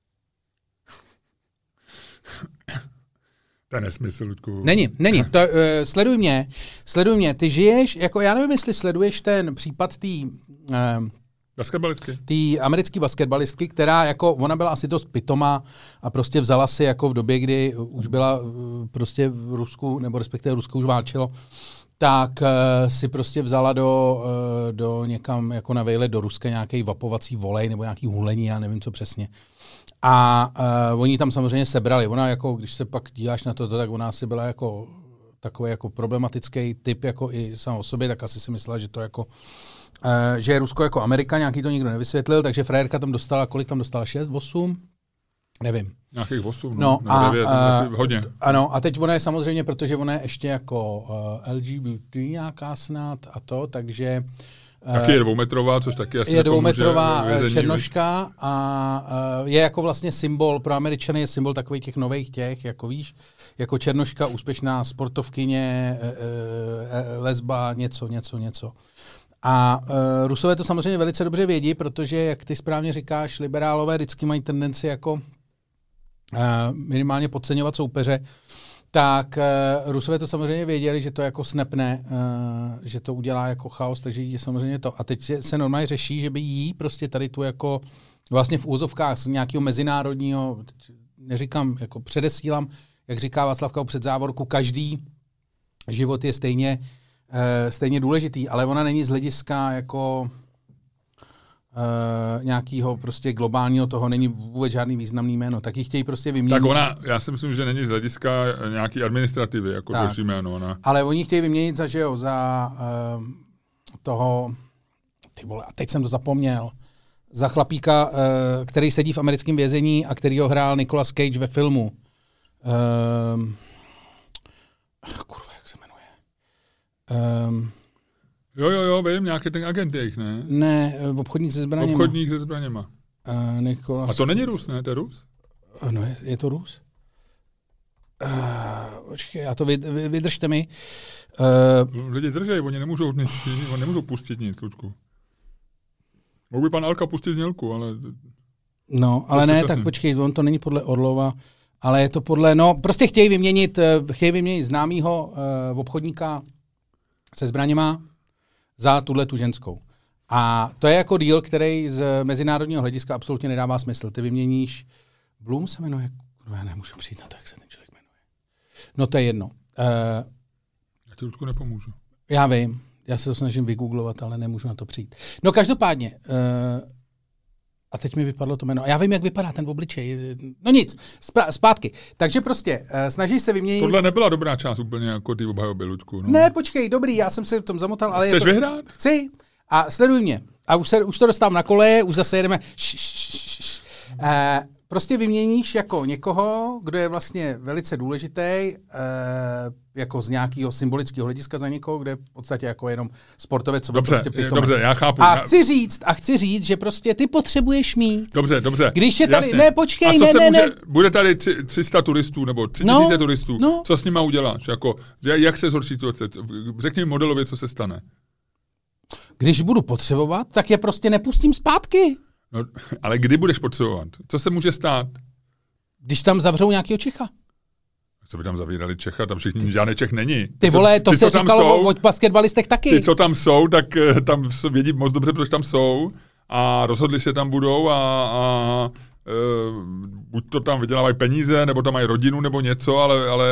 [SPEAKER 2] To je nesmysl, Ludku.
[SPEAKER 1] Není, není. To, uh, sleduj mě. Sleduj mě. Ty žiješ, jako já nevím, jestli sleduješ ten případ té uh,
[SPEAKER 2] basketbalistky.
[SPEAKER 1] Té americké basketbalistky, která jako, ona byla asi dost pitomá a prostě vzala si jako v době, kdy už byla uh, prostě v Rusku, nebo respektive Rusko už válčilo, tak uh, si prostě vzala do, uh, do někam jako na vejlet do Ruska nějaký vapovací volej nebo nějaký hulení, já nevím co přesně. A uh, oni tam samozřejmě sebrali. Ona jako, když se pak díváš na to, tak ona asi byla jako takový jako problematický typ jako i sám o sobě, tak asi si myslela, že to jako uh, že je Rusko jako Amerika, nějaký to nikdo nevysvětlil, takže frérka tam dostala, kolik tam dostala, šest, osm? Nevím.
[SPEAKER 2] Nějakých osm,
[SPEAKER 1] no,
[SPEAKER 2] no,
[SPEAKER 1] a,
[SPEAKER 2] devět,
[SPEAKER 1] a,
[SPEAKER 2] hodně.
[SPEAKER 1] Ano, a teď ona je samozřejmě, protože ona je ještě jako uh, L G B T nějaká snad a to, takže... Uh,
[SPEAKER 2] taky je dvoumetrová, což taky asi
[SPEAKER 1] je dvoumetrová
[SPEAKER 2] vězení,
[SPEAKER 1] černoška a uh, je jako vlastně symbol, pro Američany je symbol takových těch nových těch, jako víš, jako černoška, úspěšná sportovkyně, uh, uh, lesba, něco, něco, něco. A uh, Rusové to samozřejmě velice dobře vědí, protože, jak ty správně říkáš, liberálové vždycky mají tendenci jako uh, minimálně podceňovat soupeře, tak uh, Rusové to samozřejmě věděli, že to jako snapne, uh, že to udělá jako chaos, takže jí samozřejmě to. A teď se, se normálně řeší, že by jí prostě tady tu jako vlastně v úzovkách z nějakého mezinárodního, neříkám, jako předesílám, jak říká Václav Klaus před závorku, každý život je stejně Uh, stejně důležitý, ale ona není z hlediska jako uh, nějakého prostě globálního toho, není vůbec žádný významný jméno, tak ji chtějí prostě vyměnit.
[SPEAKER 2] Tak ona, já si myslím, že není z hlediska nějaký administrativy, jako další jméno. Ona.
[SPEAKER 1] Ale oni chtějí vyměnit za, že jo, za uh, toho, ty vole, a teď jsem to zapomněl, za chlapíka, uh, který sedí v americkém vězení a který ho hrál Nicolas Cage ve filmu. Uh, kurva, Um,
[SPEAKER 2] jo, jo, jo, vím, nějaký ten agent jejich, ne?
[SPEAKER 1] Ne, obchodník se zbraněma.
[SPEAKER 2] Obchodník se zbraněma.
[SPEAKER 1] Uh, Nikolas...
[SPEAKER 2] A to není Rus, ne? To je Rus?
[SPEAKER 1] Uh, no, je, je to Rus? Uh, počkej, já to vy, vy, vydržte mi.
[SPEAKER 2] Uh, Lidi držej, oni nemůžou, nic, oni nemůžou pustit nic, Lučku. Mohl by pan Alka pustit znělku, ale...
[SPEAKER 1] No, ale ne, tak počkej, on to není podle Orlova, ale je to podle, no, prostě chtějí vyměnit, chtějí vyměnit známýho uh, obchodníka se zbraněma za tuhle tu ženskou. A to je jako deal, který z mezinárodního hlediska absolutně nedává smysl. Ty vyměníš, Bloom se jmenuje, no já nemůžu přijít na to, jak se ten člověk jmenuje. No to je jedno. Uh,
[SPEAKER 2] já ti, Ludku, nepomůžu.
[SPEAKER 1] Já vím, já se to snažím vygooglovat, ale nemůžu na to přijít. No každopádně, uh, a teď mi vypadlo to jméno. Já vím, jak vypadá ten obličej. No nic, zpátky. Takže prostě uh, snažíš se vyměnit...
[SPEAKER 2] Tohle nebyla dobrá část úplně jako ty obhajoby, Luďku. No.
[SPEAKER 1] Ne, počkej, dobrý, já jsem se v tom zamotal. Ale
[SPEAKER 2] chceš
[SPEAKER 1] je to...
[SPEAKER 2] vyhrát?
[SPEAKER 1] Chci. A sleduj mě. A už, se, už to dostávám na koleje, už zase jedeme... Uh, prostě vyměníš jako někoho, kdo je vlastně velice důležitý, uh, jako z nějakého symbolického hlediska za někoho, kde je v podstatě jako jenom sportovec, co by
[SPEAKER 2] dobře,
[SPEAKER 1] prostě pitomé.
[SPEAKER 2] Dobře, já chápu.
[SPEAKER 1] A
[SPEAKER 2] já...
[SPEAKER 1] chci říct, a chci říct, že prostě ty potřebuješ mít.
[SPEAKER 2] Dobře, dobře.
[SPEAKER 1] Když je tady,
[SPEAKER 2] jasně.
[SPEAKER 1] ne, počkej,
[SPEAKER 2] a co
[SPEAKER 1] ne,
[SPEAKER 2] se
[SPEAKER 1] ne,
[SPEAKER 2] může,
[SPEAKER 1] ne.
[SPEAKER 2] Bude tady tři sta turistů, nebo tři tisíce
[SPEAKER 1] no,
[SPEAKER 2] turistů.
[SPEAKER 1] No.
[SPEAKER 2] Co s nima uděláš? Jako, jak se zhorší situace? Řekni mi modelově, co se stane.
[SPEAKER 1] Když budu potřebovat, tak je prostě nepustím zpátky.
[SPEAKER 2] No, ale kdy budeš potřebovat? Co se může stát?
[SPEAKER 1] Když tam zavřou nějakého Čecha.
[SPEAKER 2] Co by tam zavírali Čecha? Tam všichni, žádný Čech není.
[SPEAKER 1] Ty vole, to
[SPEAKER 2] ty,
[SPEAKER 1] se říkalo o basketbalistech taky.
[SPEAKER 2] Ty, co tam jsou, tak tam vědí moc dobře, proč tam jsou a rozhodli se tam budou a, a e, buď to tam vydělávají peníze, nebo tam mají rodinu, nebo něco, ale, ale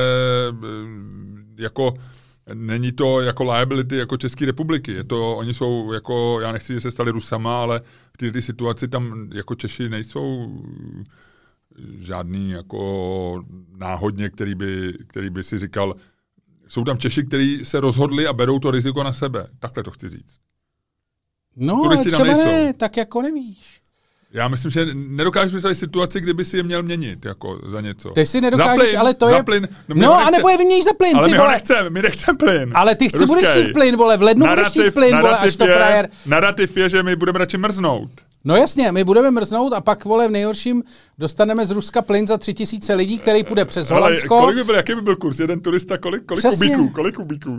[SPEAKER 2] e, jako není to jako liability jako České republiky. Je to, oni jsou jako, já nechci, že se stali Rusama, ale v této situaci tam jako Češi nejsou žádný jako náhodně, který by, který by si říkal, jsou tam Češi, kteří se rozhodli a berou to riziko na sebe. Takhle to chci říct.
[SPEAKER 1] No, ale třeba ne, tak jako nevíš.
[SPEAKER 2] Já myslím, že nedokážu představit situaci, kdyby si je měl měnit jako za něco.
[SPEAKER 1] Ty si nedokážeš,
[SPEAKER 2] za plyn,
[SPEAKER 1] ale to
[SPEAKER 2] za
[SPEAKER 1] je...
[SPEAKER 2] Plyn.
[SPEAKER 1] No, no a nebo je vyměníš za plyn,
[SPEAKER 2] ale
[SPEAKER 1] ty
[SPEAKER 2] my
[SPEAKER 1] vole.
[SPEAKER 2] ho nechceme, my nechceme plyn.
[SPEAKER 1] Ale ty chci
[SPEAKER 2] Ruskej.
[SPEAKER 1] budeš chtít plyn, vole, v lednu budeš chtít plyn, vole, až to frajer.
[SPEAKER 2] Narrativ je, že my budeme radši mrznout.
[SPEAKER 1] No jasně, my budeme mrznout a pak, vole, v nejhorším dostaneme z Ruska plyn za tři tisíce lidí, který půjde přes Holandsko.
[SPEAKER 2] Ale kolik by byl, jaký by byl kurz? Jeden turista, kolik, kolik kubíků? Kolik kubíků?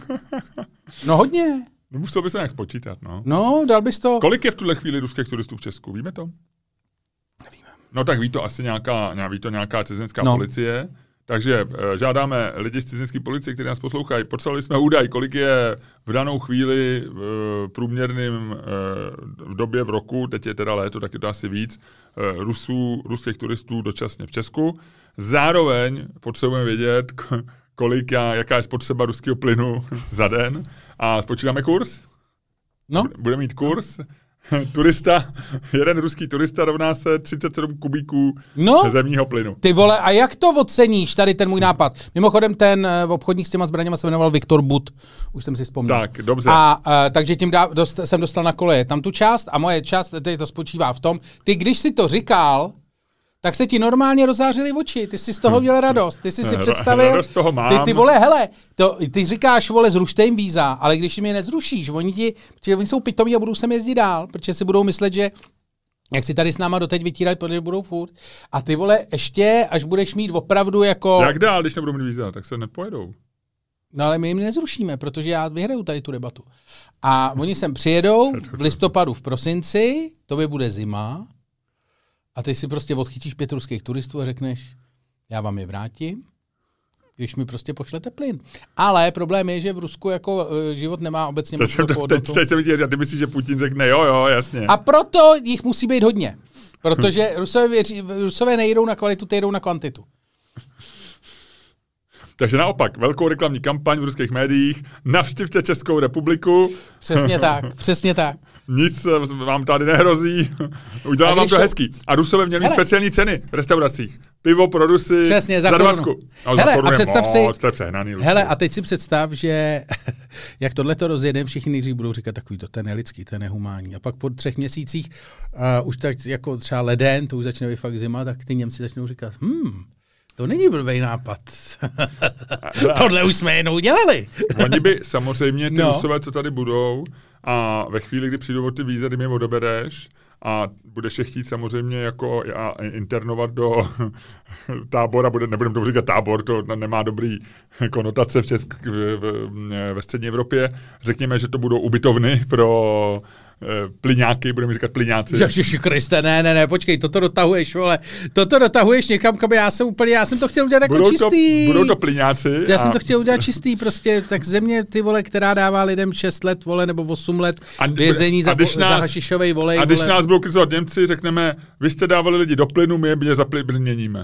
[SPEAKER 1] No hodně.
[SPEAKER 2] No, musel by se nějak spočítat, no.
[SPEAKER 1] No, dal bys to.
[SPEAKER 2] Kolik je v tuhle chvíli ruských turistů v Česku? Víme to?
[SPEAKER 1] Nevíme.
[SPEAKER 2] No tak ví to asi nějaká, ví to nějaká cizinecká
[SPEAKER 1] no.
[SPEAKER 2] policie. Takže e, žádáme lidi z cizinské policie, kteří nás poslouchají. Poslali jsme údaj, kolik je v danou chvíli e, průměrným e, v době v roku, teď je teda léto, tak je to asi víc, e, Rusů, ruských turistů dočasně v Česku. Zároveň potřebujeme vědět, kolik já, jaká je spotřeba ruského plynu za den a spočítáme kurz.
[SPEAKER 1] No.
[SPEAKER 2] Bude mít kurz. Turista, jeden ruský turista rovná se třicet sedm kubíků
[SPEAKER 1] no,
[SPEAKER 2] zemního plynu.
[SPEAKER 1] Ty vole, a jak to oceníš, tady ten můj nápad? Mimochodem ten uh, obchodník s těma zbraněma se jmenoval Viktor But, už jsem si vzpomněl.
[SPEAKER 2] Tak, dobře.
[SPEAKER 1] A uh, takže tím dá, dost, jsem dostal na koleje tam tu část a moje část, tady to spočívá v tom, ty když si to říkal, tak se ti normálně rozářily oči, ty jsi z toho měl radost, ty jsi si představil,
[SPEAKER 2] toho mám.
[SPEAKER 1] Ty, ty vole, hele, to, ty říkáš, vole, zrušte jim víza, ale když jim je nezrušíš, oni ti, protože oni jsou pitomí a budou sem jezdit dál, protože si budou myslet, že jak si tady s náma doteď vytírají, protože budou furt. A ty vole, ještě, až budeš mít opravdu jako...
[SPEAKER 2] Jak dál, když nebudou mít víza, tak se nepojedou.
[SPEAKER 1] No ale my jim nezrušíme, protože já vyhraju tady tu debatu. A oni sem přijedou v listopadu, v prosinci, to by bude zima, a ty si prostě odchytíš pět ruských turistů a řekneš, já vám je vrátím, když mi prostě pošlete plyn. Ale problém je, že v Rusku jako život nemá obecně moc velkou hodnotu.
[SPEAKER 2] Teď se mi říct, a ty myslíš, že Putin řekne, jo, jo, jasně.
[SPEAKER 1] A proto jich musí být hodně. Protože Rusové, věří, Rusové nejdou na kvalitu, ty jdou na kvantitu.
[SPEAKER 2] Takže naopak, velkou reklamní kampaň v ruských médiích, navštivte Českou republiku.
[SPEAKER 1] Přesně tak, přesně tak.
[SPEAKER 2] Nic vám tady nehrozí, udělám vám to, to hezký. A Rusové měli mít speciální ceny v restauracích. Pivo pro Rusy
[SPEAKER 1] přesně, za,
[SPEAKER 2] za
[SPEAKER 1] dvacku.
[SPEAKER 2] No,
[SPEAKER 1] hele,
[SPEAKER 2] za
[SPEAKER 1] a představ
[SPEAKER 2] moc,
[SPEAKER 1] si,
[SPEAKER 2] to je přehnaný.
[SPEAKER 1] Hele, a teď si představ, že jak tohle to rozjedeme, všichni nejdřív budou říkat takový, to, to je nelidský, to je nehumánní. A pak po třech měsících, uh, už tak jako třeba leden, to už začne být fakt zima, tak ty Němci začnou říkat, hm, to není blbý nápad. Tohle už jsme jednou dělali.
[SPEAKER 2] Oni by samozřejmě, ty
[SPEAKER 1] no.
[SPEAKER 2] Rusové, co tady budou, a ve chvíli, kdy přijdou o ty víza, kdy mě odebereš a budeš je chtít samozřejmě jako já, internovat do tábora, bude, nebudeme to říkat tábor, to nemá dobrý konotace v Česk, v, v, ve střední Evropě. Řekněme, že to budou ubytovny pro plyňáky, budeme říkat plyňáci.
[SPEAKER 1] Ježiši Kriste, ne, ne, ne, počkej, toto dotahuješ, vole. Toto dotahuješ někam, kam já jsem úplně, já jsem to chtěl udělat jako
[SPEAKER 2] budou
[SPEAKER 1] čistý.
[SPEAKER 2] To, budou to plyňáci.
[SPEAKER 1] Já
[SPEAKER 2] a...
[SPEAKER 1] jsem to chtěl udělat čistý, prostě, tak země, ty vole, která dává lidem šest let, vole, nebo osm let vězení za, za hašišovej volej.
[SPEAKER 2] A když
[SPEAKER 1] vole.
[SPEAKER 2] nás budou kritizovat Němci, řekneme, vy jste dávali lidi do plynu, my je za plyn měníme.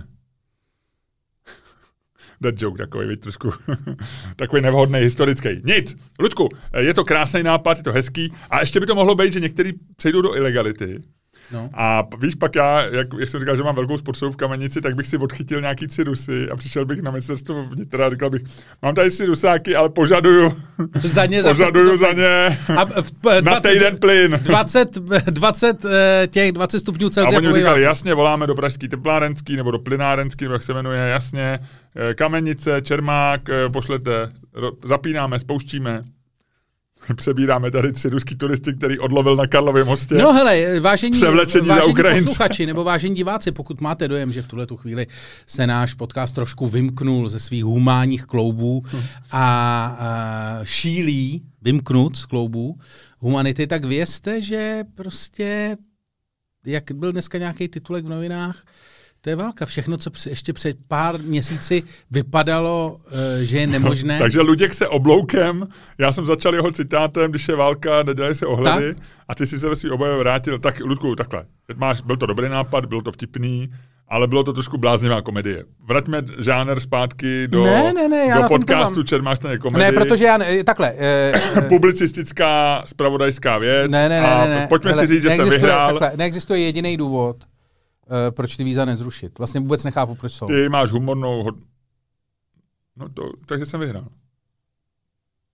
[SPEAKER 2] That joke takový, víc trošku takový nevhodný, historický. Nic, Luďku, je to krásný nápad, je to hezký a ještě by to mohlo být, že někteří přejdou do ilegality.
[SPEAKER 1] No.
[SPEAKER 2] A víš, pak já, jak, jak jsem říkal, že mám velkou spotřebu v Kamenici, tak bych si odchytil nějaký tři Rusy a přišel bych na ministerstvo vnitra a říkal bych, mám tady tři Rusáky, ale požaduju
[SPEAKER 1] za ně,
[SPEAKER 2] požaduju za, za ně
[SPEAKER 1] a v, p,
[SPEAKER 2] na týden plyn.
[SPEAKER 1] dvacet, dvacet těch dvacet stupňů Celsia.
[SPEAKER 2] A oni říkali, jasně, voláme do pražský teplárenský nebo do plynárenský, nebo jak se jmenuje, jasně, Kamenice, Čermák, pošlete, zapínáme, spouštíme. Přebíráme tady tři ruský turisty, který odlovil na Karlově mostě.
[SPEAKER 1] No hele, vážení,
[SPEAKER 2] vážení
[SPEAKER 1] posluchači nebo vážení diváci, pokud máte dojem, že v tuhletu chvíli se náš podcast trošku vymknul ze svých humánních kloubů a, a šílí vymknut z kloubů humanity, tak vězte, že prostě, jak byl dneska nějaký titulek v novinách, to je válka. Všechno, co ještě před pár měsíci vypadalo, že je nemožné.
[SPEAKER 2] Takže Luděk se obloukem, já jsem začal jeho citátem, když je válka, nedělej se ohledy, tak? A ty si se ve svý obavě vrátil. Tak, Ludku, takhle. Máš, byl to dobrý nápad, bylo to vtipný, ale bylo to trošku bláznivá komedie. Vraťme žánr zpátky do,
[SPEAKER 1] ne, ne, ne,
[SPEAKER 2] do podcastu Čermáš ten komedii.
[SPEAKER 1] Ne, protože já ne, takhle. E,
[SPEAKER 2] Publicistická, spravodajská věc.
[SPEAKER 1] Ne, ne, ne, ne, ne.
[SPEAKER 2] A pojďme
[SPEAKER 1] hele,
[SPEAKER 2] si říct, že se vyhrál.
[SPEAKER 1] Takhle, neexistuje jediný důvod, Uh, proč ty víza nezrušit. Vlastně vůbec nechápu, proč jsou.
[SPEAKER 2] Ty máš humornou hod... No to, takže jsem vyhrál.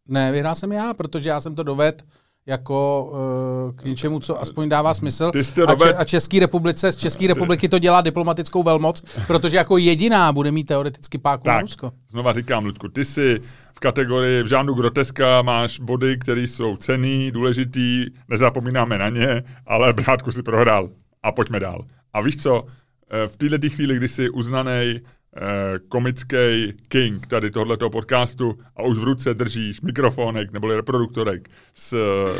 [SPEAKER 1] Ne, vyhrál jsem já, protože já jsem to dovedl jako uh, k něčemu, co aspoň dává smysl. A, če- a České republice, z České republiky to dělá diplomatickou velmoc, protože jako jediná bude mít teoreticky páku
[SPEAKER 2] tak,
[SPEAKER 1] na Rusko.
[SPEAKER 2] Znova říkám, Ludku, ty jsi v kategorii v žánru groteska, máš body, které jsou cenný, důležitý, nezapomínáme na ně, ale brátku si prohrál. A pojďme dál. A víš co, v této chvíli, kdy jsi uznaný eh, komický king tady tohletoho podcastu a už v ruce držíš mikrofonek nebo reproduktorek s...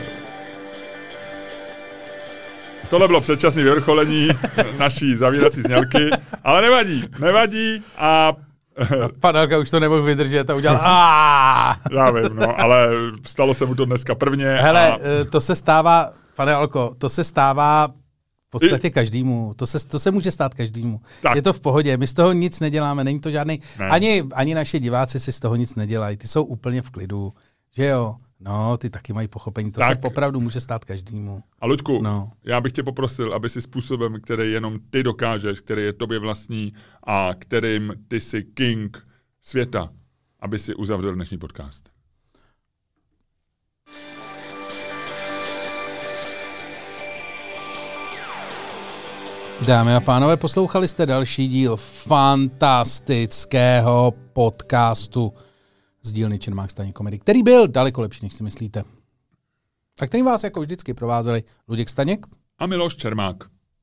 [SPEAKER 2] Tohle bylo předčasné vyvrcholení naší zavírací znělky, ale nevadí, nevadí a...
[SPEAKER 1] Pan Alka už to nemohl vydržet a udělal
[SPEAKER 2] Já vím, no, ale stalo se mu to dneska prvně.
[SPEAKER 1] Hele,
[SPEAKER 2] a...
[SPEAKER 1] to se stává, pane Alko, to se stává v podstatě každému. To se, to se může stát každému. Tak. Je to v pohodě, my z toho nic neděláme, není to žádný, ne. ani, ani naši diváci si z toho nic nedělají, ty jsou úplně v klidu, že jo? No, ty taky mají pochopení, to tak. se opravdu může stát každému.
[SPEAKER 2] A Luďku,
[SPEAKER 1] no.
[SPEAKER 2] já bych tě poprosil, aby si způsobem, který jenom ty dokážeš, který je tobě vlastní a kterým ty jsi king světa, aby si uzavřel dnešní podcast.
[SPEAKER 1] Dámy a pánové, poslouchali jste další díl fantastického podcastu z dílny Čermák Staněk Komedy, který byl daleko lepší, než si myslíte. A který vás jako vždycky provázeli Luděk Staněk
[SPEAKER 2] a Miloš Čermák.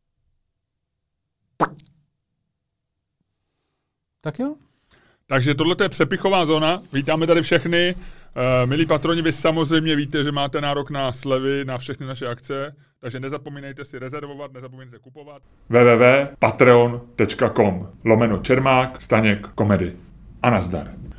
[SPEAKER 1] Tak jo.
[SPEAKER 2] Takže tohle je přepichová zóna. Vítáme tady všechny. Uh, milí patroni, vy samozřejmě víte, že máte nárok na slevy na všechny naše akce, takže nezapomínejte si rezervovat, nezapomínejte kupovat. w w w tečka patreon tečka com lomeno Čermák Staněk Komedy. A nazdar.